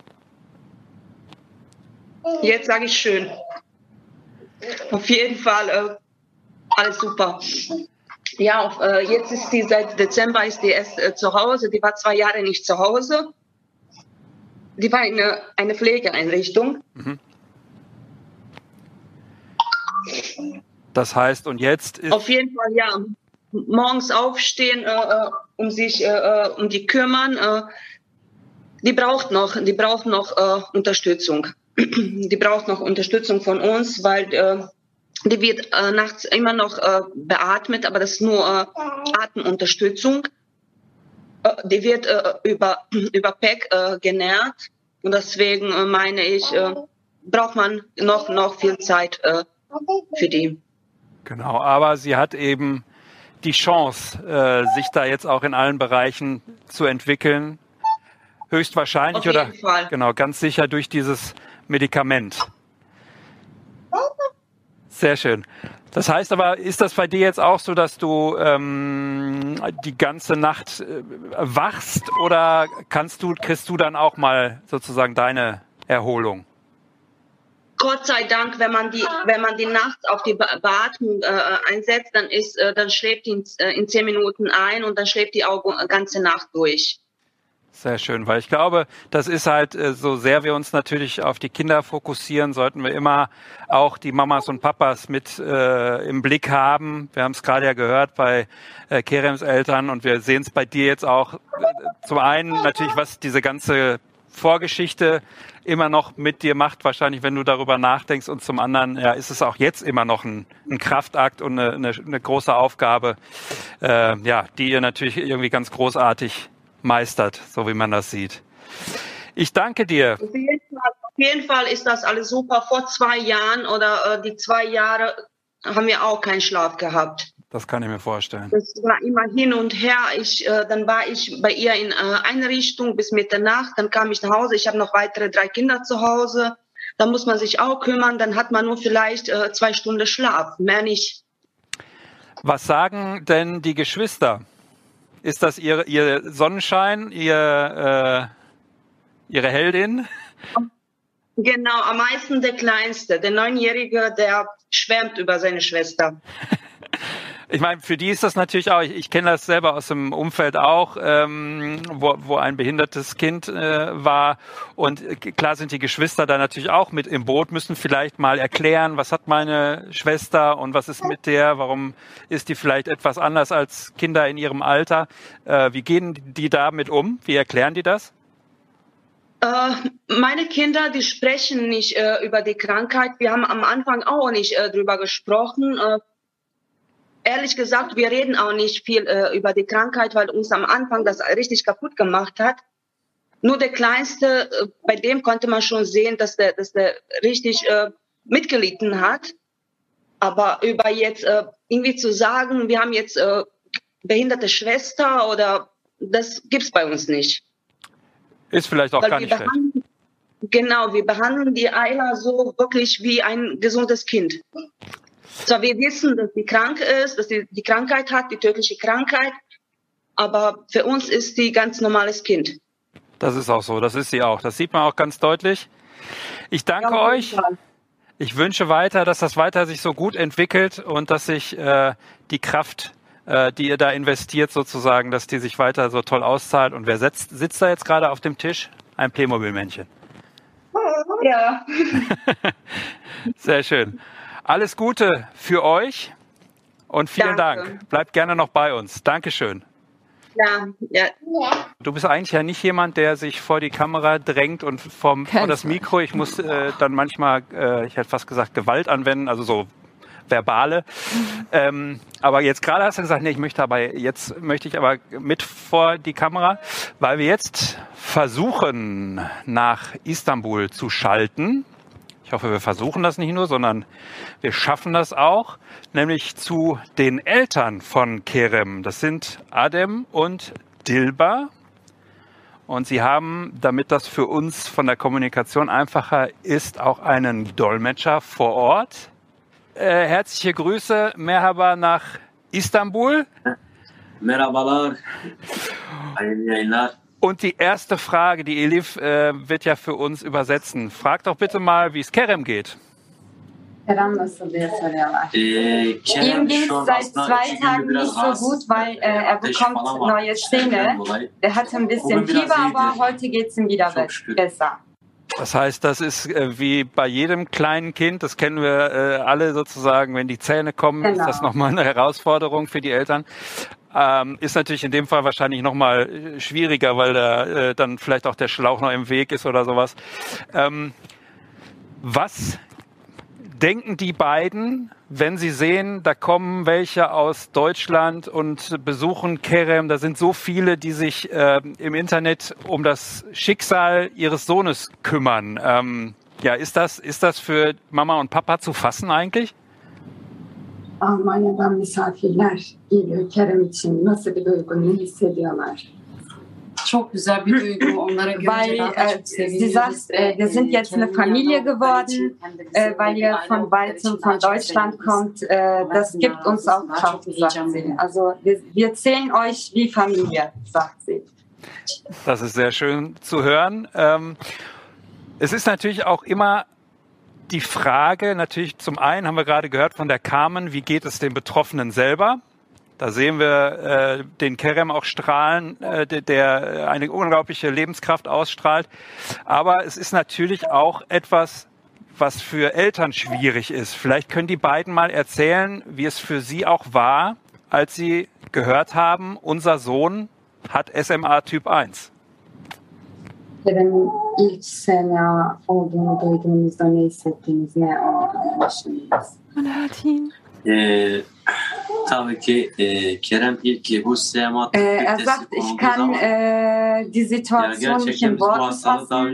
Speaker 5: Jetzt sage ich schön. Auf jeden Fall äh, alles super. Ja, auf, äh, jetzt ist sie seit Dezember ist die erst äh, zu Hause. Die war zwei Jahre nicht zu Hause. Die war in eine, eine Pflegeeinrichtung.
Speaker 2: Mhm. Das heißt, und jetzt ist...
Speaker 5: Auf jeden Fall, ja. Morgens aufstehen, äh, um sich äh, um die kümmern. Äh, die braucht noch, die braucht noch äh, Unterstützung. Die braucht noch Unterstützung von uns, weil äh, die wird äh, nachts immer noch äh, beatmet, aber das ist nur äh, Atemunterstützung. Äh, die wird äh, über, über P E C äh, genährt und deswegen äh, meine ich, äh, braucht man noch, noch viel Zeit äh, für die.
Speaker 2: Genau, aber sie hat eben die Chance, äh, sich da jetzt auch in allen Bereichen zu entwickeln. Höchstwahrscheinlich
Speaker 5: Auf jeden
Speaker 2: oder
Speaker 5: Fall.
Speaker 2: Genau, ganz sicher durch dieses Medikament. Sehr schön. Das heißt aber, ist das bei dir jetzt auch so, dass du ähm, die ganze Nacht äh, wachst oder kannst du, kriegst du dann auch mal sozusagen deine Erholung?
Speaker 5: Gott sei Dank, wenn man die, wenn man die Nacht auf die Be- Beatmung äh, einsetzt, dann ist, äh, dann schläft die in, äh, in zehn Minuten ein und dann schläft die auch die ganze Nacht durch.
Speaker 2: Sehr schön, weil ich glaube, das ist halt, äh, so sehr wir uns natürlich auf die Kinder fokussieren, sollten wir immer auch die Mamas und Papas mit äh, im Blick haben. Wir haben es gerade ja gehört bei äh, Kerems Eltern und wir sehen es bei dir jetzt auch. Äh, zum einen natürlich, was diese ganze Vorgeschichte immer noch mit dir macht, wahrscheinlich, wenn du darüber nachdenkst. Und zum anderen, ja, ist es auch jetzt immer noch ein, ein Kraftakt und eine, eine, eine große Aufgabe, äh, ja, die ihr natürlich irgendwie ganz großartig meistert, so wie man das sieht. Ich danke dir.
Speaker 5: Auf jeden Fall, auf jeden Fall ist das alles super. Vor zwei Jahren oder äh, die zwei Jahre haben wir auch keinen Schlaf gehabt.
Speaker 2: Das kann ich mir vorstellen.
Speaker 5: Das war immer hin und her. Ich, äh, dann war ich bei ihr in äh, Einrichtung bis Mitternacht. Dann kam ich nach Hause. Ich habe noch weitere drei Kinder zu Hause. Da muss man sich auch kümmern. Dann hat man nur vielleicht äh, zwei Stunden Schlaf, mehr nicht.
Speaker 2: Was sagen denn die Geschwister? Ist das ihr, ihr Sonnenschein, ihr, Ihre Heldin?
Speaker 5: Genau, am meisten der Kleinste. Der Neunjährige, der schwärmt über seine Schwester.
Speaker 2: Ich meine, für die ist das natürlich auch, ich, ich kenne das selber aus dem Umfeld auch, ähm, wo, wo ein behindertes Kind äh, war. Und äh, klar sind die Geschwister da natürlich auch mit im Boot, müssen vielleicht mal erklären, was hat meine Schwester und was ist mit der, warum ist die vielleicht etwas anders als Kinder in ihrem Alter. Äh, wie gehen die damit um? Wie erklären die das?
Speaker 5: Äh, meine Kinder, die sprechen nicht äh, über die Krankheit. Wir haben am Anfang auch nicht äh, drüber gesprochen. Äh, Ehrlich gesagt, wir reden auch nicht viel äh, über die Krankheit, weil uns am Anfang das richtig kaputt gemacht hat. Nur der Kleinste, äh, bei dem konnte man schon sehen, dass der, dass der richtig äh, mitgelitten hat. Aber über jetzt äh, irgendwie zu sagen, wir haben jetzt äh, behinderte Schwester oder das gibt's bei uns nicht.
Speaker 2: Ist vielleicht auch
Speaker 5: weil
Speaker 2: gar nicht schlecht.
Speaker 5: Genau, wir behandeln die Ayla so wirklich wie ein gesundes Kind. Zwar wir wissen, dass sie krank ist, dass sie die Krankheit hat, die tödliche Krankheit, aber für uns ist sie ganz normales Kind.
Speaker 2: Das ist auch so, das ist sie auch. Das sieht man auch ganz deutlich. Ich danke
Speaker 5: Ja,
Speaker 2: euch. Ich wünsche weiter, dass das weiter sich so gut entwickelt und dass sich äh, die Kraft, äh, die ihr da investiert sozusagen, dass die sich weiter so toll auszahlt. Und wer sitzt, sitzt da jetzt gerade auf dem Tisch? Ein Playmobil-Männchen.
Speaker 5: Ja.
Speaker 2: Sehr schön. Alles Gute für euch und vielen
Speaker 5: Danke.
Speaker 2: Dank. Bleibt gerne noch bei uns. Dankeschön.
Speaker 5: Ja, ja.
Speaker 2: Du bist eigentlich ja nicht jemand, der sich vor die Kamera drängt und vom, vor das Mikro. Ich muss äh, dann manchmal, äh, ich hätte fast gesagt, Gewalt anwenden, also so verbale. Ähm, aber jetzt gerade hast du gesagt, nee, ich möchte aber, jetzt möchte ich aber mit vor die Kamera, weil wir jetzt versuchen, nach Istanbul zu schalten. Ich hoffe, wir versuchen das nicht nur, sondern wir schaffen das auch, nämlich zu den Eltern von Kerem. Das sind Adem und Dilba. Und sie haben, damit das für uns von der Kommunikation einfacher ist, auch einen Dolmetscher vor Ort. Äh, herzliche Grüße, Merhaba nach Istanbul.
Speaker 6: Merhabalar. Hayırlı yayınlar.
Speaker 2: Und die erste Frage, die Elif äh, wird ja für uns übersetzen. Frag doch bitte mal, wie es Kerem geht.
Speaker 7: Kerem nasıl diye soruyorlar.
Speaker 6: Ee,
Speaker 7: Ihm geht es seit zwei Tagen nicht so gut, weil äh, er bekommt neue Zähne. Er hat ein bisschen Fieber, aber heute geht es ihm wieder besser.
Speaker 2: Das heißt, das ist äh, wie bei jedem kleinen Kind, das kennen wir äh, alle sozusagen, wenn die Zähne kommen, genau. Ist das nochmal eine Herausforderung für die Eltern. Ähm, ist natürlich in dem Fall wahrscheinlich nochmal schwieriger, weil da äh, dann vielleicht auch der Schlauch noch im Weg ist oder sowas. Ähm, was denken die beiden, wenn sie sehen, da kommen welche aus Deutschland und besuchen Kerem? Da sind so viele, die sich äh, im Internet um das Schicksal ihres Sohnes kümmern. Ähm, ja, ist das, ist das für Mama und Papa zu fassen eigentlich?
Speaker 7: Almanya'dan misafirler geliyor Kerem için. Nasıl bir duygu, ne hissediyorlar?
Speaker 8: Çok güzel bir duygu. Onlara
Speaker 7: Weil äh, sie sagt, äh, wir sind jetzt eine Familie geworden, äh, weil ihr von weitem von Deutschland kommt. Äh, das gibt uns auch Kraft, sagt sie. Also wir, wir zählen euch wie Familie, sagt sie.
Speaker 2: Das ist sehr schön zu hören. Ähm, es ist natürlich auch immer die Frage, natürlich zum einen haben wir gerade gehört von der Carmen, wie geht es den Betroffenen selber? Da sehen wir äh, den Kerem auch strahlen, äh, der, der eine unglaubliche Lebenskraft ausstrahlt. Aber es ist natürlich auch etwas, was für Eltern schwierig ist. Vielleicht können die beiden mal erzählen, wie es für sie auch war, als sie gehört haben, unser Sohn hat S M A Typ eins.
Speaker 7: Kerem'in ilk S M A olduğunu duyduğunuzda ne hissettiniz, ne olduğunu düşündünüz?
Speaker 3: Man hört ihn.
Speaker 6: Ee, tabii ki e, Kerem ilk bu S M A
Speaker 7: Äh, er sagt, ich kann äh, die Situation nicht in Worten fassen.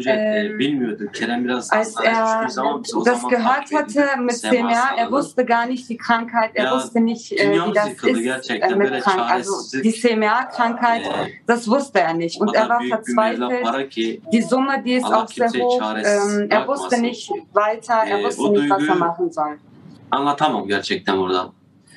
Speaker 7: Äh, als er das gehört hatte mit S M A, er wusste gar nicht die Krankheit, er wusste nicht, äh, wie das ist äh, mit Krankheit. Also die S M A-Krankheit, das wusste er nicht. Und er war verzweifelt. Die Summe, die ist auch sehr hoch. Ähm, er wusste nicht weiter, er wusste nicht, was er machen soll.
Speaker 6: Anlatamam gerçekten burada.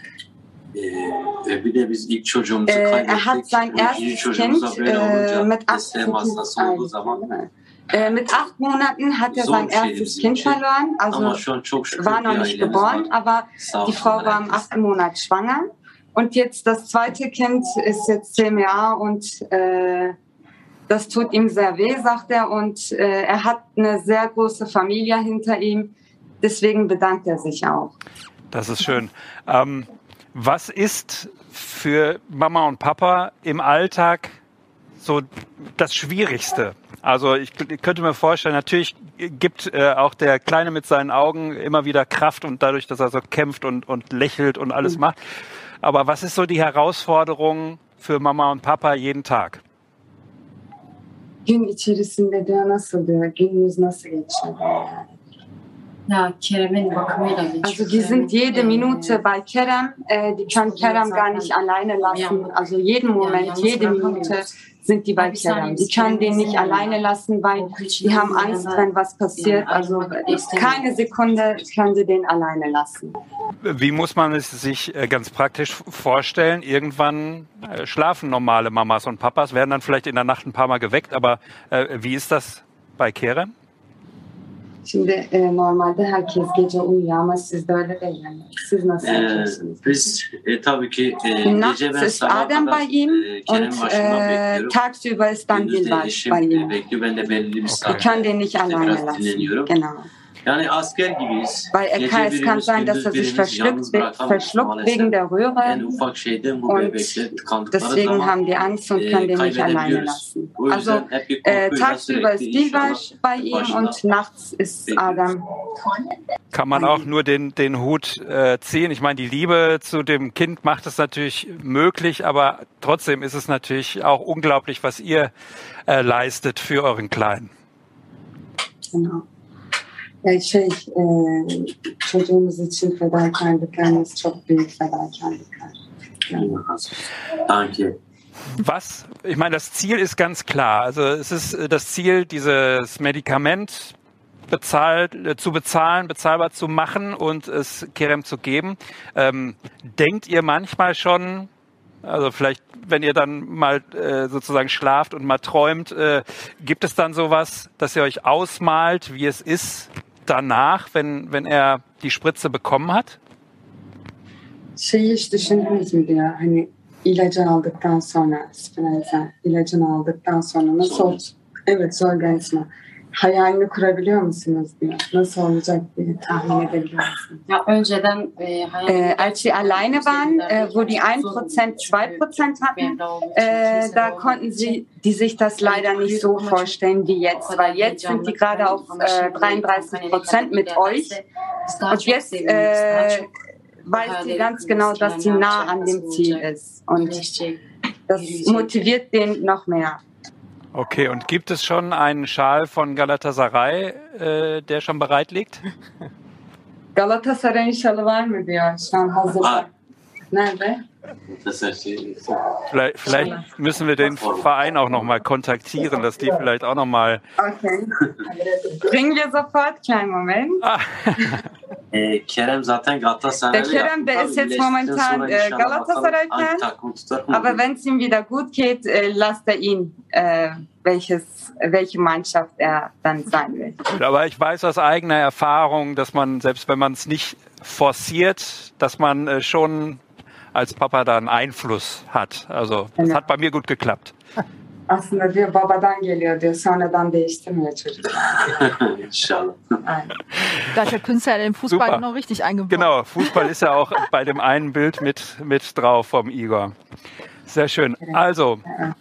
Speaker 6: Ee, bir de biz ilk çocuğumuzu
Speaker 7: äh,
Speaker 6: kaybettik.
Speaker 7: Er hat sein erstes Kind äh, mit achtzehn
Speaker 6: hastası olduğu zaman
Speaker 7: Äh, mit acht Monaten hat er sein erstes Kind verloren, also war noch nicht geboren, aber die Frau war im achten Monat schwanger. Und jetzt das zweite Kind ist jetzt zehn Jahre und äh, das tut ihm sehr weh, sagt er. Und äh, er hat eine sehr große Familie hinter ihm, deswegen bedankt er sich auch.
Speaker 2: Das ist schön. Ähm, was ist für Mama und Papa im Alltag so das Schwierigste? Also ich, ich könnte mir vorstellen, natürlich gibt äh, auch der Kleine mit seinen Augen immer wieder Kraft und dadurch, dass er so kämpft und, und lächelt und alles mhm. macht. Aber was ist so die Herausforderung für Mama und Papa jeden Tag?
Speaker 7: Gün içerisinde de nasıl diyor, gününüz nasıl geçiyor?
Speaker 8: Ja, Kerem'in bakımıyla geçiyor.
Speaker 7: Also die sind jede Minute bei Kerem, äh, die können Kerem gar nicht alleine lassen. Also jeden Moment, jede Minute sind die bei Kerem. Die können den nicht alleine lassen, weil die haben Angst, wenn was passiert. Also keine Sekunde können sie den alleine lassen.
Speaker 2: Wie muss man es sich ganz praktisch vorstellen? Irgendwann schlafen normale Mamas und Papas, werden dann vielleicht in der Nacht ein paar Mal geweckt. Aber äh, wie ist das bei Kerem?
Speaker 7: Şimdi e, normalde herkes gece uyuyor ama siz de öyle değil yani. Siz nasıl yapıyorsunuz?
Speaker 6: Biz e, tabii ki e,
Speaker 7: Nachts
Speaker 6: gece ve
Speaker 7: ist
Speaker 6: sabah
Speaker 7: Adem
Speaker 6: kadar
Speaker 7: bei ihm
Speaker 6: e, Kerem
Speaker 7: und
Speaker 6: başında
Speaker 7: äh,
Speaker 6: bekliyorum.
Speaker 7: tagsüber ist dann
Speaker 6: Gündüz de
Speaker 7: Bilbal
Speaker 6: eşim
Speaker 7: bei
Speaker 6: e,
Speaker 7: ihm.
Speaker 6: bekliyor. Ben de belli bir
Speaker 7: Die
Speaker 6: saat
Speaker 7: können den nicht
Speaker 6: işte
Speaker 7: alleine
Speaker 6: biraz
Speaker 7: lassen.
Speaker 6: dinleniyorum.
Speaker 7: Genau.
Speaker 6: Yani asker gibiyiz.
Speaker 7: Weil er
Speaker 6: Gece
Speaker 7: kann, es kann
Speaker 6: birimiz,
Speaker 7: sein, dass
Speaker 6: gündüz
Speaker 7: er sich
Speaker 6: birimiz
Speaker 7: verschluckt,
Speaker 6: yalnız bırakamıyoruz
Speaker 7: verschluckt
Speaker 6: maalesef.
Speaker 7: wegen der
Speaker 6: En
Speaker 7: Röhre
Speaker 6: ufak şeyde bu
Speaker 7: und
Speaker 6: bebekler tıkandıkları
Speaker 7: deswegen
Speaker 6: zaman
Speaker 7: haben die Angst und können
Speaker 6: e,
Speaker 7: den nicht alleine
Speaker 6: kaybedebiliyoruz.
Speaker 7: lassen.
Speaker 6: O
Speaker 7: Also
Speaker 6: yüzden hep bir
Speaker 7: äh,
Speaker 6: korkuyla
Speaker 7: tagsüber ist
Speaker 6: sürekli
Speaker 7: Bilbal
Speaker 6: inşallah
Speaker 7: bei ihm
Speaker 6: başında
Speaker 7: und nachts ist Adam.
Speaker 2: Kann man auch nur den, den Hut äh, ziehen. Ich meine, die Liebe zu dem Kind macht es natürlich möglich, aber trotzdem ist es natürlich auch unglaublich, was ihr äh, leistet für euren Kleinen.
Speaker 7: Genau. Ya şey, e, çocuğumuz için fedakarlıklarınız çok büyük fedakarlıklar. Yani.
Speaker 6: Danke.
Speaker 2: Was? Ich meine, das Ziel ist ganz klar. Also es ist das Ziel, dieses Medikament bezahlt, zu bezahlen, bezahlbar zu machen und es Kerem zu geben. Ähm, denkt ihr manchmal schon, also vielleicht, wenn ihr dann mal äh, sozusagen schlaft und mal träumt, äh, gibt es dann sowas, dass ihr euch ausmalt, wie es ist danach, wenn, wenn er die Spritze bekommen hat?
Speaker 7: Şeyi hiç düşündünüz mü diyor, hani ilacı aldıktan sonra, spinalza ilacını aldıktan sonra nasıl olacak? Evet, Zolgensma. Hayalini kurabiliyor musunuz diyor. Nasıl olacak diye tahmin edebiliyor musunuz?
Speaker 8: Ja, önceden e,
Speaker 7: äh, als sie alleine waren, äh, wo die ein Prozent, zwei Prozent hatten, äh, da konnten sie die sich das leider nicht so vorstellen wie jetzt, weil jetzt sind die gerade auf äh, dreiunddreißig Prozent mit euch und jetzt äh, weiß sie ganz genau, dass sie nah an dem Ziel ist und das motiviert den noch mehr.
Speaker 2: Okay, und gibt es schon einen Schal von Galatasaray, äh, der schon bereit liegt?
Speaker 7: Galatasaray'ın şalı var mı diyor şu an hazırda. Nerede?
Speaker 2: Vielleicht, vielleicht müssen wir den Verein auch noch mal kontaktieren, dass die vielleicht auch noch mal...
Speaker 7: Okay. Bringen wir sofort, kleinen Moment.
Speaker 2: Ah.
Speaker 6: Ee, Kerem zaten Galatasaray'da
Speaker 7: Der Kerem, der ist jetzt momentan äh, Galatasaray-Fan, aber wenn es ihm wieder gut geht, äh, lasst er ihn, äh, welches, welche Mannschaft er dann sein will.
Speaker 2: Aber ich weiß aus eigener Erfahrung, dass man, selbst wenn man es nicht forciert, dass man äh, schon als Papa da einen Einfluss hat. Also das hat bei mir gut geklappt.
Speaker 7: Aslında diyor babadan geliyor diyor, sonradan değiştirmiyor çocuk.
Speaker 6: İnşallah.
Speaker 3: Da hat der Künstler den Fußball
Speaker 2: Super.
Speaker 3: noch richtig eingebaut.
Speaker 2: Genau, Fußball ist ja auch bei dem einen Bild mit, mit drauf vom Igor. Sehr schön. Also,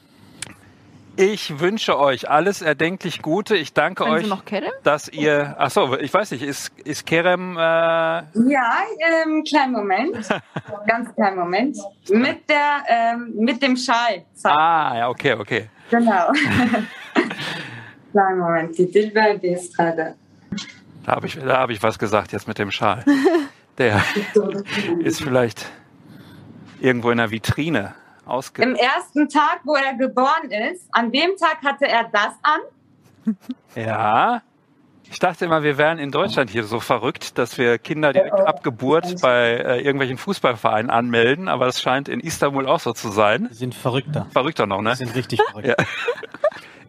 Speaker 2: ich wünsche euch alles erdenklich Gute. Ich danke
Speaker 3: Können
Speaker 2: euch,
Speaker 3: Sie noch Kerem?
Speaker 2: dass ihr... Ach so, ich weiß nicht, ist, ist Kerem... Äh,
Speaker 7: Ja, ähm, kleinen Moment. Ganz kleinen Moment. Mit, der, ähm, mit dem Schal.
Speaker 2: ah, ja, okay, okay.
Speaker 7: Genau. Kleinen Moment. Die Dilber, die ist gerade...
Speaker 2: Da habe ich, da hab ich was gesagt jetzt mit dem Schal. Der ist vielleicht irgendwo in der Vitrine ausge...
Speaker 7: Im ersten Tag, wo er geboren ist, an dem Tag hatte er das an.
Speaker 2: Ja, ich dachte immer, wir wären in Deutschland hier so verrückt, dass wir Kinder direkt ab Geburt bei äh, irgendwelchen Fußballvereinen anmelden, aber es scheint in Istanbul auch so zu sein.
Speaker 9: Die sind verrückter.
Speaker 2: Verrückter noch, ne?
Speaker 9: Die sind richtig verrückt.
Speaker 2: Ja.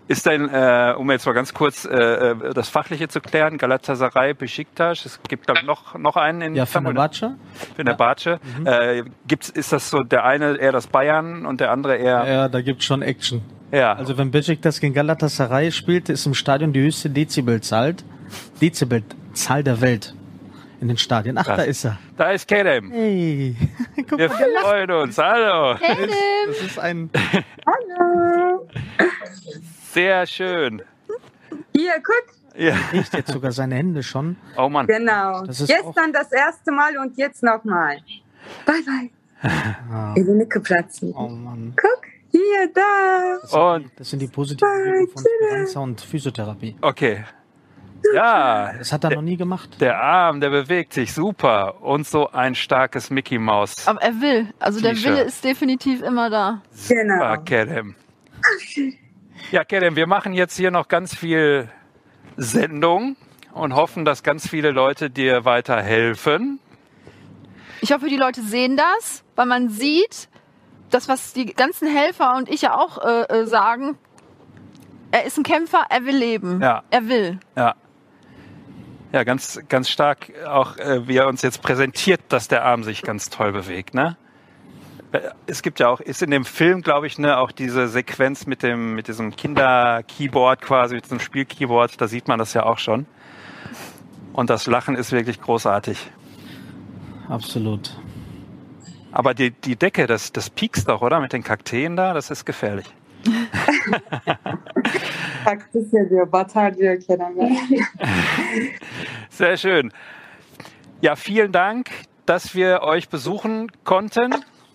Speaker 2: Ist denn, äh, um jetzt mal ganz kurz äh, das Fachliche zu klären, Galatasaray, Besiktas, es gibt glaube ich noch, noch einen in
Speaker 9: Ja, Fenerbahce.
Speaker 2: Fenerbahce. Ja. Mhm. Äh, gibt's, ist das so der eine eher das Bayern und der andere eher...
Speaker 9: Ja, da gibt's schon Action.
Speaker 2: Ja.
Speaker 9: Also wenn Besiktas gegen Galatasaray spielt, ist im Stadion die höchste Dezibelzahl, Dezibelzahl der Welt. In den Stadien. Ach, Krass. Da ist er.
Speaker 2: Da ist Kerem.
Speaker 9: Hey.
Speaker 2: Guck Wir mal, freuen uns. Hallo.
Speaker 3: Kerem.
Speaker 9: Das ist ein...
Speaker 3: Hallo.
Speaker 2: Sehr schön.
Speaker 7: Hier, guck.
Speaker 2: Ja.
Speaker 9: Riecht jetzt sogar seine Hände schon.
Speaker 2: Oh Mann.
Speaker 7: Genau.
Speaker 9: Das ist
Speaker 7: Gestern das erste Mal und jetzt nochmal. Bye, bye.
Speaker 9: Ah.
Speaker 7: In die Nicke platzen.
Speaker 9: Oh Mann.
Speaker 7: Guck, hier, da.
Speaker 9: Das sind, die, das sind die positiven Wirkungen von Speranza und Physiotherapie.
Speaker 2: Okay. Ja.
Speaker 9: Das hat er noch nie gemacht.
Speaker 2: Der Arm, der bewegt sich super. Und so ein starkes Mickey Maus.
Speaker 3: Aber er will. Also der Wille ist definitiv immer da.
Speaker 2: Genau. Super, Kerem. Ja, Kerem, wir machen jetzt hier noch ganz viel Sendung und hoffen, dass ganz viele Leute dir weiterhelfen.
Speaker 3: Ich hoffe, die Leute sehen das, weil man sieht, das, was die ganzen Helfer und ich ja auch äh, sagen, er ist ein Kämpfer, er will leben.
Speaker 2: Ja.
Speaker 3: Er will.
Speaker 2: Ja. Ja, ganz, ganz stark auch, äh, wie er uns jetzt präsentiert, dass der Arm sich ganz toll bewegt, ne? Es gibt ja auch, ist in dem Film, glaube ich, ne, auch diese Sequenz mit dem, mit diesem Kinder-Keyboard quasi, mit diesem Spiel-Keyboard, da sieht man das ja auch schon. Und das Lachen ist wirklich großartig.
Speaker 9: Absolut.
Speaker 2: Aber die, die Decke, das, das piekst doch, oder? Mit den Kakteen da, das ist gefährlich. Sehr schön. Ja, vielen Dank, dass wir euch besuchen konnten.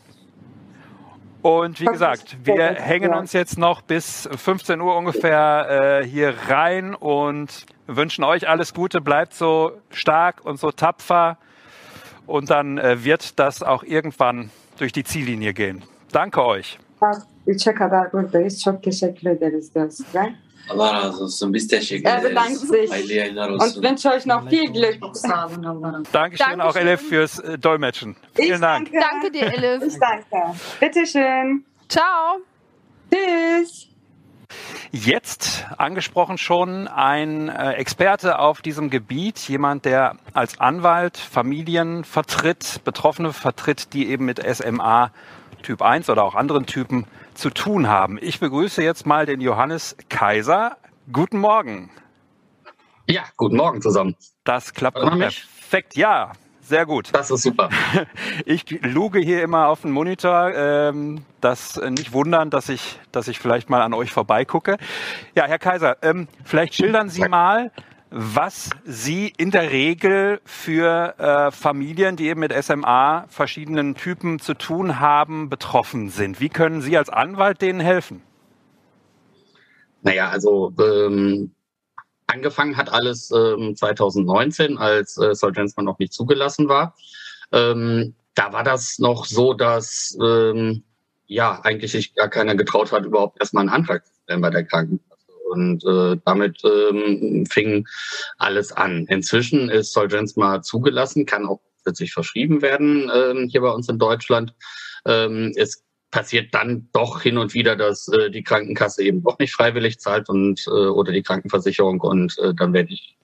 Speaker 2: Und wie gesagt, wir hängen uns jetzt noch bis fünfzehn Uhr ungefähr äh, hier rein und wünschen euch alles Gute. Bleibt so stark und so tapfer. Und dann äh, wird das auch irgendwann durch die Ziellinie gehen. Danke euch.
Speaker 7: üçe kadar buradayız. Çok teşekkür ederiz Gözde.
Speaker 6: Allah razı olsun. Biz teşekkür
Speaker 7: Er
Speaker 6: ederiz.
Speaker 7: bedankt sich
Speaker 6: Hayırlı yayınlar olsun.
Speaker 7: und wünsche euch noch viel Glück.
Speaker 2: Dankeschön,
Speaker 3: Dankeschön.
Speaker 2: auch Elif fürs äh, Dolmetschen. Vielen
Speaker 7: Ich
Speaker 2: Dank.
Speaker 7: danke.
Speaker 3: Danke dir, Elif.
Speaker 7: Ich danke. Bitteschön.
Speaker 3: Ciao.
Speaker 7: Tschüss.
Speaker 2: Jetzt angesprochen schon ein äh, Experte auf diesem Gebiet, jemand, der als Anwalt Familien vertritt, Betroffene vertritt, die eben mit S M A Typ eins oder auch anderen Typen zu tun haben. Ich begrüße jetzt mal den Johannes Kaiser. Guten Morgen.
Speaker 10: Ja, guten Morgen zusammen.
Speaker 2: Das klappt doch perfekt. Ja, sehr gut.
Speaker 10: Das ist super.
Speaker 2: Ich luge hier immer auf den Monitor. Ähm, das äh, nicht wundern, dass ich, dass ich vielleicht mal an euch vorbeigucke. Ja, Herr Kaiser, ähm, vielleicht schildern Sie mal, was Sie in der Regel für äh, Familien, die eben mit S M A verschiedenen Typen zu tun haben, betroffen sind. Wie können Sie als Anwalt denen helfen?
Speaker 10: Naja, also ähm, angefangen hat alles ähm, zwanzig neunzehn, als äh, Zolgensma noch nicht zugelassen war. Ähm, da war das noch so, dass ähm, ja eigentlich sich gar keiner getraut hat, überhaupt erstmal einen Antrag zu stellen bei der Krankenkasse. Und äh, damit ähm, fing alles an. Inzwischen ist Zolgensma zugelassen, kann auch plötzlich verschrieben werden ähm, hier bei uns in Deutschland. Ähm, es passiert dann doch hin und wieder, dass äh, die Krankenkasse eben doch nicht freiwillig zahlt und äh, oder die Krankenversicherung und äh, dann werde ich.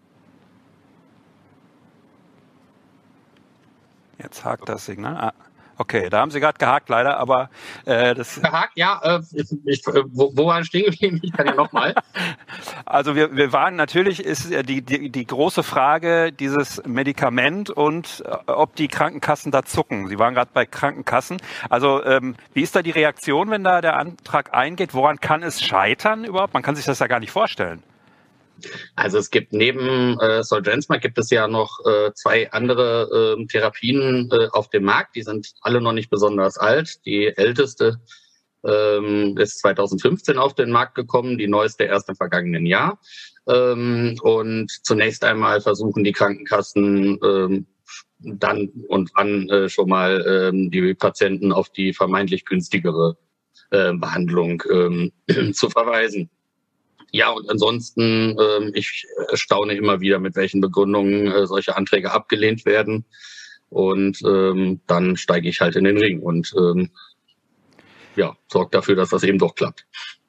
Speaker 2: Jetzt hakt das Signal. Ah. Okay, da haben Sie gerade gehakt, leider, aber äh, das...
Speaker 10: Gehakt, ja. Äh, ich, ich, wo, wo waren stehen geblieben? Ich kann ja nochmal.
Speaker 2: Also wir, wir waren, natürlich ist die, die, die große Frage dieses Medikament und äh, ob die Krankenkassen da zucken. Sie waren gerade bei Krankenkassen. Also ähm, wie ist da die Reaktion, wenn da der Antrag eingeht? Woran kann es scheitern überhaupt? Man kann sich das ja gar nicht vorstellen.
Speaker 10: Also es gibt neben äh, Zolgensma gibt es ja noch äh, zwei andere äh, Therapien äh, auf dem Markt. Die sind alle noch nicht besonders alt. Die älteste ähm, ist zwanzig fünfzehn auf den Markt gekommen, die neueste erst im vergangenen Jahr. Ähm, und zunächst einmal versuchen die Krankenkassen ähm, dann und wann äh, schon mal ähm, die Patienten auf die vermeintlich günstigere äh, Behandlung ähm, zu verweisen. Ja, und ansonsten, ähm, ich staune immer wieder, mit welchen Begründungen äh, solche Anträge abgelehnt werden. Und ähm, dann steige ich halt in den Ring und ähm, ja, sorge dafür, dass das eben doch klappt.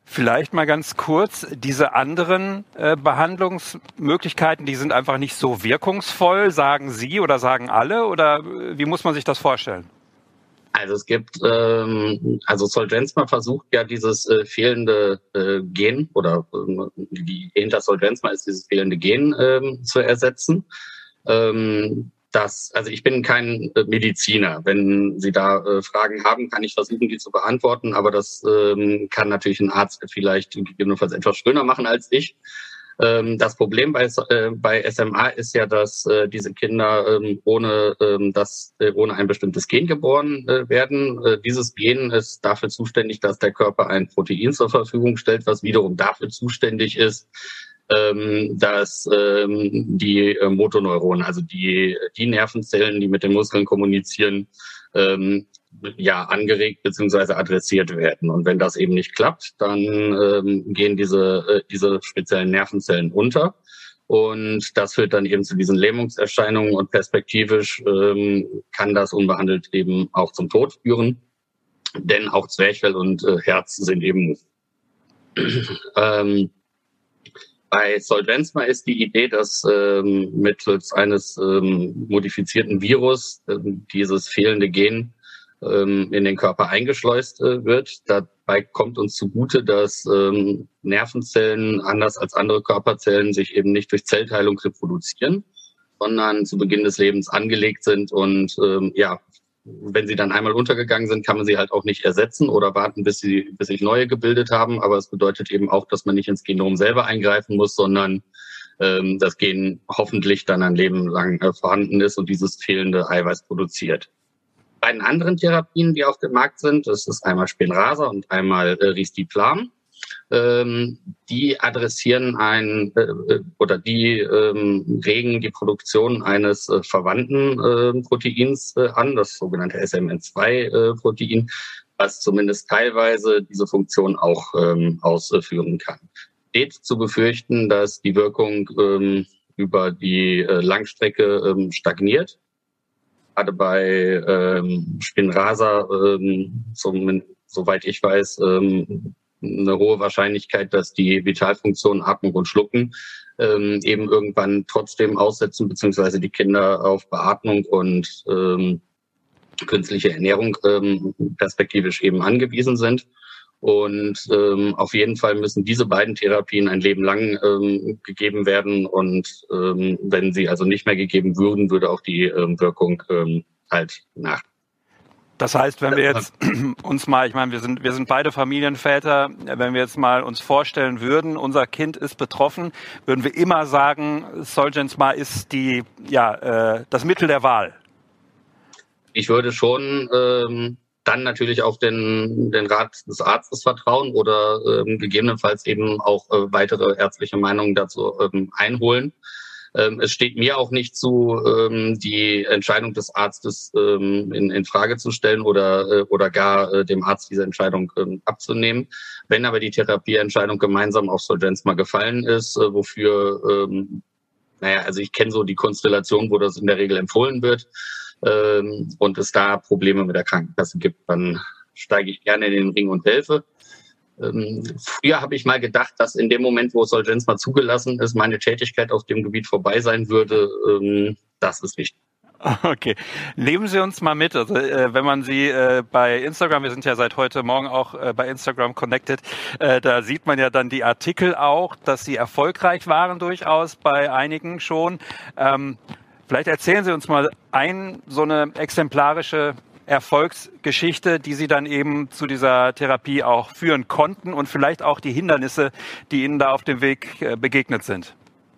Speaker 2: Vielleicht mal ganz kurz, diese anderen äh, Behandlungsmöglichkeiten, die sind einfach nicht so wirkungsvoll, sagen Sie oder sagen alle, oder wie muss man sich das vorstellen?
Speaker 10: Also es gibt, ähm, also Zolgensma versucht ja dieses äh, fehlende äh, Gen oder äh, die hinter Zolgensma ist dieses fehlende Gen ähm, zu ersetzen. Ähm, Das, also ich bin kein Mediziner. Wenn Sie da äh, Fragen haben, kann ich versuchen, die zu beantworten. Aber das ähm, kann natürlich ein Arzt vielleicht gegebenenfalls etwas schöner machen als ich. Ähm, das Problem bei, äh, bei S M A ist ja, dass äh, diese Kinder ähm, ohne, ähm, das, äh, ohne ein bestimmtes Gen geboren äh, werden. Äh, dieses Gen ist dafür zuständig, dass der Körper ein Protein zur Verfügung stellt, was wiederum dafür zuständig ist, dass ähm, die äh, Motoneuronen, also die die Nervenzellen, die mit den Muskeln kommunizieren, ähm, ja angeregt bzw. adressiert werden. Und wenn das eben nicht klappt, dann ähm, gehen diese äh, diese speziellen Nervenzellen unter. Und das führt dann eben zu diesen Lähmungserscheinungen und perspektivisch ähm, kann das unbehandelt eben auch zum Tod führen. Denn auch Zwerchfell und äh, Herz sind eben ähm, Bei Zolgensma ist die Idee, dass ähm, mittels eines ähm, modifizierten Virus ähm, dieses fehlende Gen ähm, in den Körper eingeschleust äh, wird. Dabei kommt uns zugute, dass ähm, Nervenzellen anders als andere Körperzellen sich eben nicht durch Zellteilung reproduzieren, sondern zu Beginn des Lebens angelegt sind und ähm, ja, wenn sie dann einmal untergegangen sind, kann man sie halt auch nicht ersetzen oder warten, bis sie bis sich neue gebildet haben. Aber es bedeutet eben auch, dass man nicht ins Genom selber eingreifen muss, sondern ähm, das Gen hoffentlich dann ein Leben lang äh, vorhanden ist und dieses fehlende Eiweiß produziert. Bei den anderen Therapien, die auf dem Markt sind, das ist einmal Spinraza und einmal äh, Risdiplam. Ähm, die adressieren ein äh, oder die ähm, regen die Produktion eines äh, verwandten äh, Proteins äh, an, das sogenannte S M N zwei äh, Protein, was zumindest teilweise diese Funktion auch ähm, ausführen kann. Steht zu befürchten, dass die Wirkung ähm, über die äh, Langstrecke ähm, stagniert. Gerade bei ähm, Spinraza, ähm, zum, soweit ich weiß, ähm, eine hohe Wahrscheinlichkeit, dass die Vitalfunktionen Atmung und Schlucken ähm, eben irgendwann trotzdem aussetzen, beziehungsweise die Kinder auf Beatmung und ähm, künstliche Ernährung ähm, perspektivisch eben angewiesen sind. Und ähm, auf jeden Fall müssen diese beiden Therapien ein Leben lang ähm, gegeben werden. Und ähm, wenn sie also nicht mehr gegeben würden, würde auch die ähm, Wirkung ähm, halt nach.
Speaker 2: Das heißt, wenn wir jetzt uns mal, ich meine, wir sind wir sind beide Familienväter, wenn wir jetzt mal uns vorstellen würden, unser Kind ist betroffen, würden wir immer sagen, Zolgensma ist die ja äh, das Mittel der Wahl.
Speaker 10: Ich würde schon ähm, dann natürlich auf den den Rat des Arztes vertrauen oder ähm, gegebenenfalls eben auch äh, weitere ärztliche Meinungen dazu ähm, einholen. Ähm, es steht mir auch nicht zu, ähm, die Entscheidung des Arztes ähm, in, in Frage zu stellen oder äh, oder gar äh, dem Arzt diese Entscheidung ähm, abzunehmen. Wenn aber die Therapieentscheidung gemeinsam auf Zolgensma gefallen ist, äh, wofür, ähm, naja, also ich kenne so die Konstellation, wo das in der Regel empfohlen wird ähm, und es da Probleme mit der Krankenkasse gibt, dann steige ich gerne in den Ring und helfe. Ähm, früher habe ich mal gedacht, dass in dem Moment, wo Zolgensma zugelassen ist, meine Tätigkeit auf dem Gebiet vorbei sein würde. Ähm, das ist wichtig.
Speaker 2: Okay, nehmen Sie uns mal mit, also äh, wenn man Sie äh, bei Instagram, wir sind ja seit heute Morgen auch äh, bei Instagram connected, äh, da sieht man ja dann die Artikel auch, dass Sie erfolgreich waren durchaus bei einigen schon. Ähm, vielleicht erzählen Sie uns mal ein, so eine exemplarische Erfolgsgeschichte, die Sie dann eben zu dieser Therapie auch führen konnten und vielleicht auch die Hindernisse, die Ihnen da auf dem Weg äh, begegnet sind?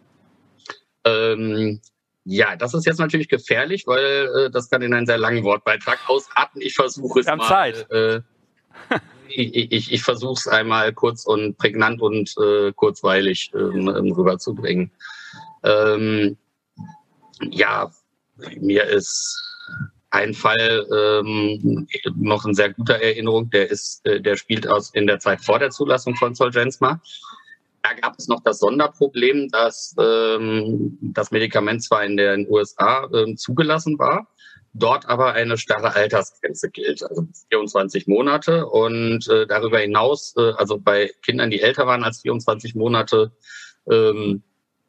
Speaker 10: Ähm, ja, das ist jetzt natürlich gefährlich, weil äh, das kann in einen sehr langen Wortbeitrag ausarten. Ich versuche es
Speaker 2: Wir haben
Speaker 10: mal.
Speaker 2: Zeit.
Speaker 10: Äh, ich ich, ich versuche es einmal kurz und prägnant und äh, kurzweilig ähm, rüberzubringen. Ähm, ja, mir ist ein Fall ähm, noch in sehr guter Erinnerung, der ist, äh, der spielt aus in der Zeit vor der Zulassung von Zolgensma. Da gab es noch das Sonderproblem, dass ähm, das Medikament zwar in den U S A ähm, zugelassen war, dort aber eine starre Altersgrenze gilt, also vierundzwanzig Monate. Und äh, darüber hinaus, äh, also bei Kindern, die älter waren als vierundzwanzig Monate, ähm,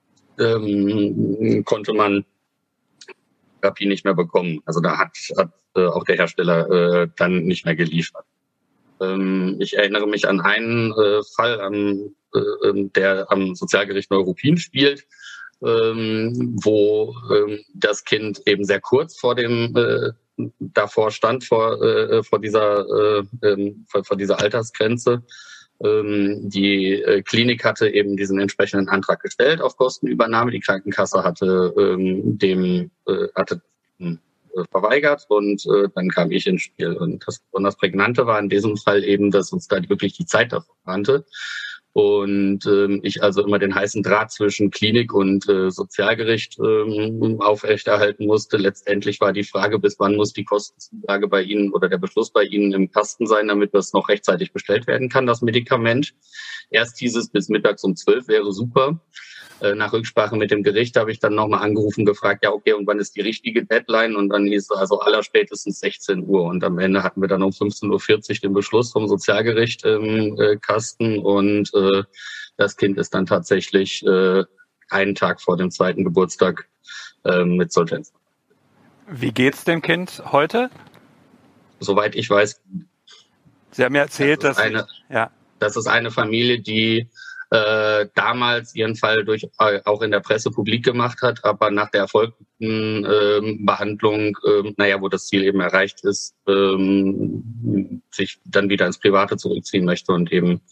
Speaker 10: ähm, konnte man Therapie nicht mehr bekommen. Also da hat, hat äh, auch der Hersteller äh, dann nicht mehr geliefert. Ähm, ich erinnere mich an einen äh, Fall, am, äh, der am Sozialgericht Neuruppin spielt, ähm, wo ähm, das Kind eben sehr kurz vor dem äh, davor stand, vor, äh, vor dieser äh, äh, vor, vor dieser Altersgrenze. Ähm, die äh, Klinik hatte eben diesen entsprechenden Antrag gestellt auf Kostenübernahme. Die Krankenkasse hatte ähm, dem äh, hatte äh, verweigert und äh, dann kam ich ins Spiel. Und das besonders Prägnante war in diesem Fall eben, dass uns da wirklich die Zeit davor brannte. Und ähm, ich also immer den heißen Draht zwischen Klinik und äh, Sozialgericht ähm, aufrechterhalten musste. Letztendlich war die Frage, bis wann muss die Kostenzulage bei Ihnen oder der Beschluss bei Ihnen im Kasten sein, damit das noch rechtzeitig bestellt werden kann, das Medikament. Erst hieß es, bis mittags um zwölf wäre super. Äh, nach Rücksprache mit dem Gericht habe ich dann nochmal angerufen, gefragt, ja okay, und wann ist die richtige Deadline? Und dann hieß es also allerspätestens sechzehn Uhr. Und am Ende hatten wir dann um fünfzehn Uhr vierzig den Beschluss vom Sozialgericht im äh, Kasten. Und äh, das Kind ist dann tatsächlich äh, einen Tag vor dem zweiten Geburtstag äh, mit Zolgensma.
Speaker 2: Wie geht's dem Kind heute?
Speaker 10: Soweit ich weiß.
Speaker 2: Sie haben mir erzählt,
Speaker 10: das
Speaker 2: dass...
Speaker 10: Eine,
Speaker 2: ja.
Speaker 10: Das ist eine Familie, die äh, damals ihren Fall durch äh, auch in der Presse publik gemacht hat, aber nach der erfolgten äh, Behandlung, äh, naja, wo das Ziel eben erreicht ist, ähm, sich dann wieder ins Private zurückziehen möchte und eben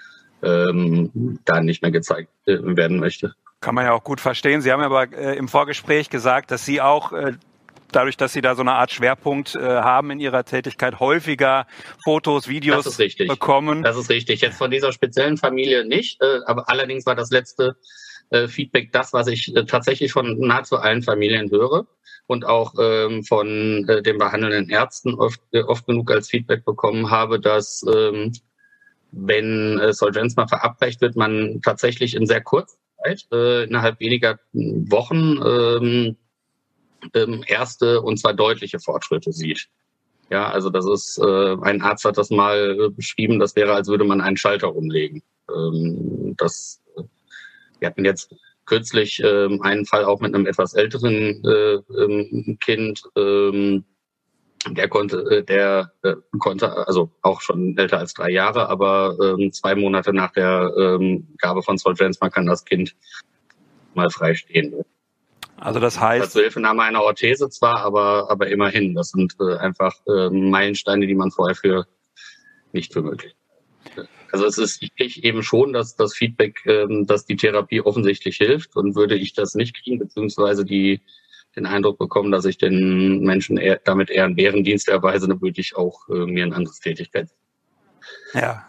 Speaker 10: ähm, da nicht mehr gezeigt äh, werden möchte.
Speaker 2: Kann man ja auch gut verstehen. Sie haben aber äh, im Vorgespräch gesagt, dass Sie auch äh, dadurch, dass Sie da so eine Art Schwerpunkt äh, haben in Ihrer Tätigkeit, häufiger Fotos, Videos
Speaker 10: das ist richtig.
Speaker 2: bekommen.
Speaker 10: Das ist richtig. Jetzt von dieser speziellen Familie nicht, äh, aber allerdings war das letzte äh, Feedback das, was ich äh, tatsächlich von nahezu allen Familien höre und auch ähm, von äh, den behandelnden Ärzten oft, äh, oft genug als Feedback bekommen habe, dass ähm, wenn äh, Zolgensma verabreicht wird, man tatsächlich in sehr kurzer Zeit, äh, innerhalb weniger Wochen, ähm, ähm, erste und zwar deutliche Fortschritte sieht. Ja, also das ist, äh, ein Arzt hat das mal äh, beschrieben, das wäre, als würde man einen Schalter umlegen. Ähm, das, äh, wir hatten jetzt kürzlich äh, einen Fall auch mit einem etwas älteren äh, ähm, Kind, ähm, der konnte, äh, der äh, konnte, also auch schon älter als drei Jahre, aber ähm, zwei Monate nach der ähm, Gabe von Zolgensma kann das Kind mal frei stehen.
Speaker 2: Also das heißt...
Speaker 10: Zur Hilfenahme einer Orthese zwar, aber aber immerhin. Das sind äh, einfach äh, Meilensteine, die man vorher für nicht für möglich. Also es ist, ich kriege eben schon das, das Feedback, ähm, dass die Therapie offensichtlich hilft, und würde ich das nicht kriegen, beziehungsweise die den Eindruck bekommen, dass ich den Menschen eher, damit eher einen Bärendienst erweise, dann würde ich auch äh, mir eine andere Tätigkeit.
Speaker 2: Ja.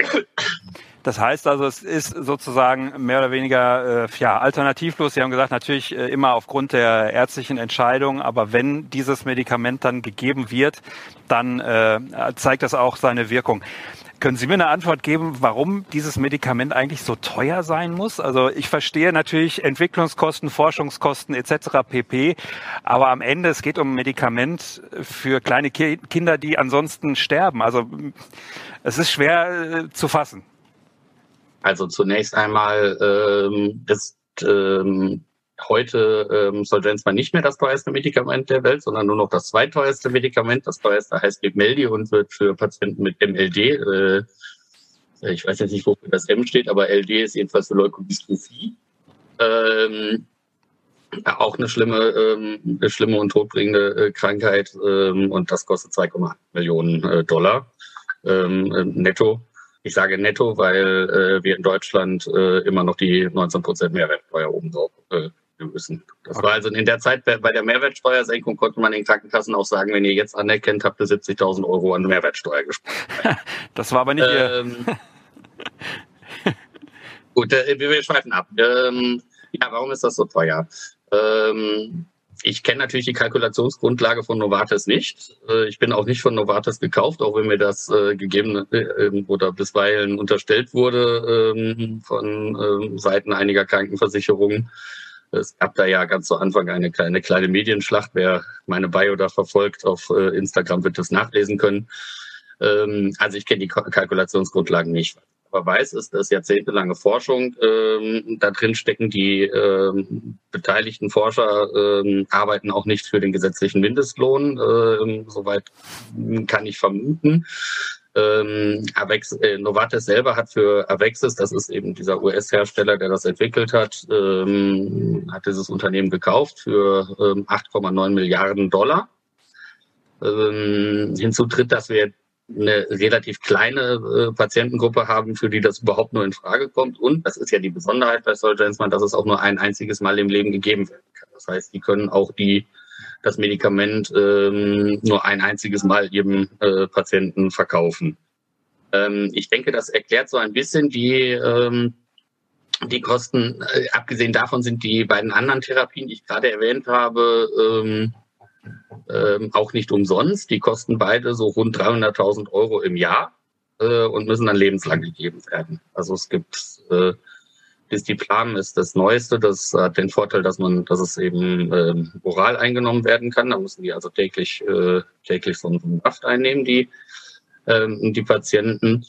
Speaker 2: Das heißt also, es ist sozusagen mehr oder weniger äh, ja, alternativlos. Sie haben gesagt, natürlich äh, immer aufgrund der ärztlichen Entscheidung, aber wenn dieses Medikament dann gegeben wird, dann äh, zeigt das auch seine Wirkung. Können Sie mir eine Antwort geben, warum dieses Medikament eigentlich so teuer sein muss? Also ich verstehe natürlich Entwicklungskosten, Forschungskosten et cetera pp. Aber am Ende, es geht um ein Medikament für kleine Ki- Kinder, die ansonsten sterben. Also es ist schwer äh, zu fassen.
Speaker 10: Also zunächst einmal ähm, ist ähm, heute ähm, Zolgensma nicht mehr das teuerste Medikament der Welt, sondern nur noch das zweiteuerste Medikament. Das teuerste heißt Livmeldi und wird für Patienten mit M L D, äh, ich weiß jetzt nicht, wofür das M steht, aber L D ist jedenfalls für Leukodystrophie. Ähm, auch eine schlimme, ähm, eine schlimme und todbringende äh, Krankheit, ähm, und das kostet zwei Komma acht Millionen äh, Dollar ähm, äh, netto. Ich sage netto, weil äh, wir in Deutschland äh, immer noch die neunzehn Prozent Mehrwertsteuer oben drauf äh, müssen. Das okay. war also in der Zeit bei der Mehrwertsteuersenkung, konnte man den Krankenkassen auch sagen, wenn ihr jetzt anerkennt, habt ihr siebzigtausend Euro an Mehrwertsteuer gespart.
Speaker 2: Das war aber nicht
Speaker 10: ähm, ihr. Gut, äh, wir schweifen ab. Ähm, ja, warum ist das so teuer? Ähm, ich kenne natürlich die Kalkulationsgrundlage von Novartis nicht. Äh, ich bin auch nicht von Novartis gekauft, auch wenn mir das äh, gegeben äh, oder bisweilen unterstellt wurde äh, von äh, Seiten einiger Krankenversicherungen. Es gab da ja ganz zu Anfang eine kleine, kleine Medienschlacht. Wer meine Bio da verfolgt auf äh, Instagram, wird das nachlesen können. Ähm, also ich kenne die Kalkulationsgrundlagen nicht. Aber weiß ist, dass jahrzehntelange Forschung ähm, da drin stecken. Die ähm, beteiligten Forscher ähm, arbeiten auch nicht für den gesetzlichen Mindestlohn. Ähm, soweit kann ich vermuten. Ähm, Avex, äh, Novartis selber hat für Avexis, das ist eben dieser U S-Hersteller, der das entwickelt hat, ähm, hat dieses Unternehmen gekauft für ähm, acht Komma neun Milliarden Dollar. Ähm, hinzu tritt, dass wir eine relativ kleine äh, Patientengruppe haben, für die das überhaupt nur in Frage kommt. Und das ist ja die Besonderheit bei Zolgensma, dass es auch nur ein einziges Mal im Leben gegeben werden kann. Das heißt, die können auch die das Medikament ähm, nur ein einziges Mal jedem äh, Patienten verkaufen. Ähm, ich denke, das erklärt so ein bisschen die ähm, die Kosten. Äh, abgesehen davon sind die beiden anderen Therapien, die ich gerade erwähnt habe, ähm, Ähm, auch nicht umsonst. Die kosten beide so rund dreihunderttausend Euro im Jahr äh, und müssen dann lebenslang gegeben werden. Also es gibt, äh, Risdiplam ist das Neueste. Das hat den Vorteil, dass man, dass es eben ähm, oral eingenommen werden kann. Da müssen die also täglich äh, täglich so einen Saft einnehmen, die ähm, die Patienten.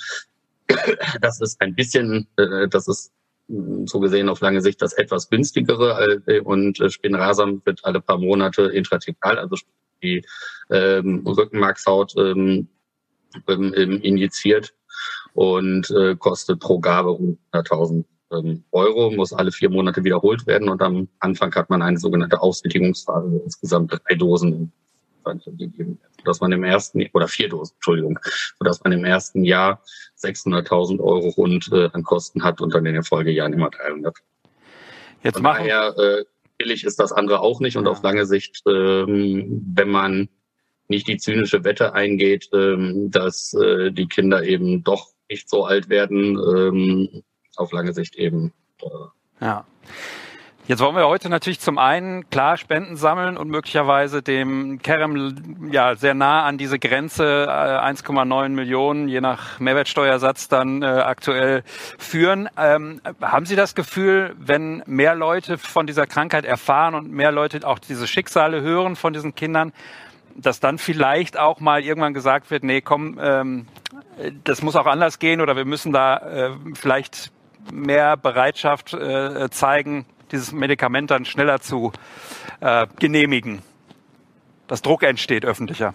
Speaker 10: Das ist ein bisschen, äh, das ist so gesehen auf lange Sicht das etwas günstigere äh, und äh, Spinraza wird alle paar Monate intrathecal, also die ähm, Rückenmarkshaut ähm, ähm, injiziert und äh, kostet pro Gabe hunderttausend ähm, Euro, muss alle vier Monate wiederholt werden und am Anfang hat man eine sogenannte Aussättigungsphase, wo insgesamt drei Dosen gegeben werden, sodass man im ersten, oder vier Dosen, Entschuldigung, sodass man im ersten Jahr sechshunderttausend Euro rund äh, an Kosten hat und dann in den Folgejahren immer dreihundert.
Speaker 2: Jetzt
Speaker 10: Von
Speaker 2: machen
Speaker 10: daher äh, billig ist das andere auch nicht und ja. Auf lange Sicht, ähm, wenn man nicht die zynische Wette eingeht, ähm, dass äh, die Kinder eben doch nicht so alt werden, ähm, auf lange Sicht eben. Äh,
Speaker 2: ja. Jetzt wollen wir heute natürlich zum einen klar Spenden sammeln und möglicherweise dem Kerem ja sehr nah an diese Grenze äh, eins Komma neun Millionen je nach Mehrwertsteuersatz dann äh, aktuell führen. Ähm, haben Sie das Gefühl, wenn mehr Leute von dieser Krankheit erfahren und mehr Leute auch diese Schicksale hören von diesen Kindern, dass dann vielleicht auch mal irgendwann gesagt wird, nee, komm, ähm, das muss auch anders gehen oder wir müssen da äh, vielleicht mehr Bereitschaft äh, zeigen, dieses Medikament dann schneller zu äh, genehmigen, dass Druck entsteht, öffentlicher?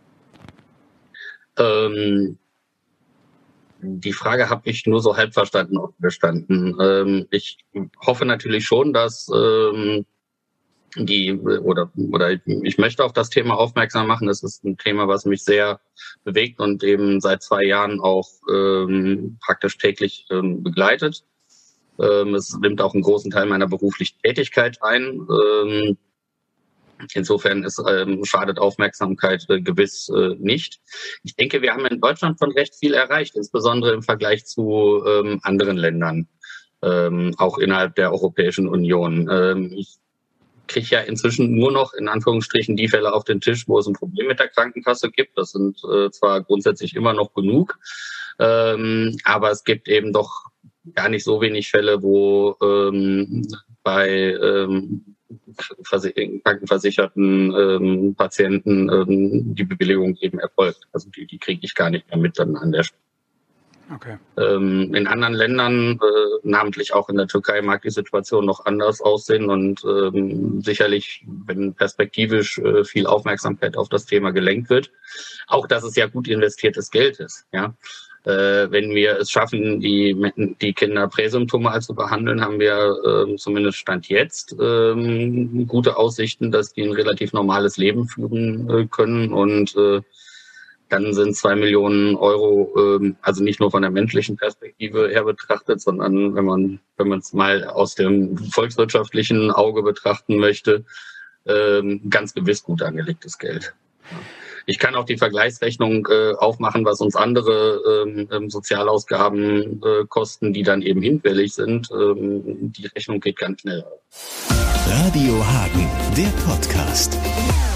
Speaker 10: Ähm, die Frage habe ich nur so halb verstanden, auch verstanden. Ähm, ich hoffe natürlich schon, dass ähm, die oder oder ich möchte auf das Thema aufmerksam machen. Das ist ein Thema, was mich sehr bewegt und eben seit zwei Jahren auch ähm, praktisch täglich ähm, begleitet. Ähm, es nimmt auch einen großen Teil meiner beruflichen Tätigkeit ein. Ähm, insofern ist, ähm, schadet Aufmerksamkeit äh, gewiss äh, nicht. Ich denke, wir haben in Deutschland schon recht viel erreicht, insbesondere im Vergleich zu ähm, anderen Ländern, ähm, auch innerhalb der Europäischen Union. Ähm, ich kriege ja inzwischen nur noch in Anführungsstrichen die Fälle auf den Tisch, wo es ein Problem mit der Krankenkasse gibt. Das sind äh, zwar grundsätzlich immer noch genug, ähm, aber es gibt eben doch gar nicht so wenig Fälle, wo ähm, bei ähm, krankenversicherten ähm, Patienten ähm, die Bewilligung eben erfolgt. Also die, die kriege ich gar nicht mehr mit dann an der Stelle.
Speaker 2: Okay.
Speaker 10: Ähm, in anderen Ländern, äh, namentlich auch in der Türkei, mag die Situation noch anders aussehen und ähm, sicherlich, wenn perspektivisch äh, viel Aufmerksamkeit auf das Thema gelenkt wird, auch dass es ja gut investiertes Geld ist, ja. Äh, wenn wir es schaffen, die, die Kinder präsymptomal zu behandeln, haben wir äh, zumindest Stand jetzt äh, gute Aussichten, dass die ein relativ normales Leben führen äh, können. Und äh, dann sind zwei Millionen Euro, äh, also nicht nur von der menschlichen Perspektive her betrachtet, sondern wenn man wenn man es mal aus dem volkswirtschaftlichen Auge betrachten möchte, äh, ganz gewiss gut angelegtes Geld. Ja. ich kann auch die Vergleichsrechnung äh, aufmachen, was uns andere ähm, Sozialausgaben äh, kosten, die dann eben hinfällig sind. Ähm, die Rechnung geht ganz schnell.
Speaker 1: Radio Hagen, der Podcast.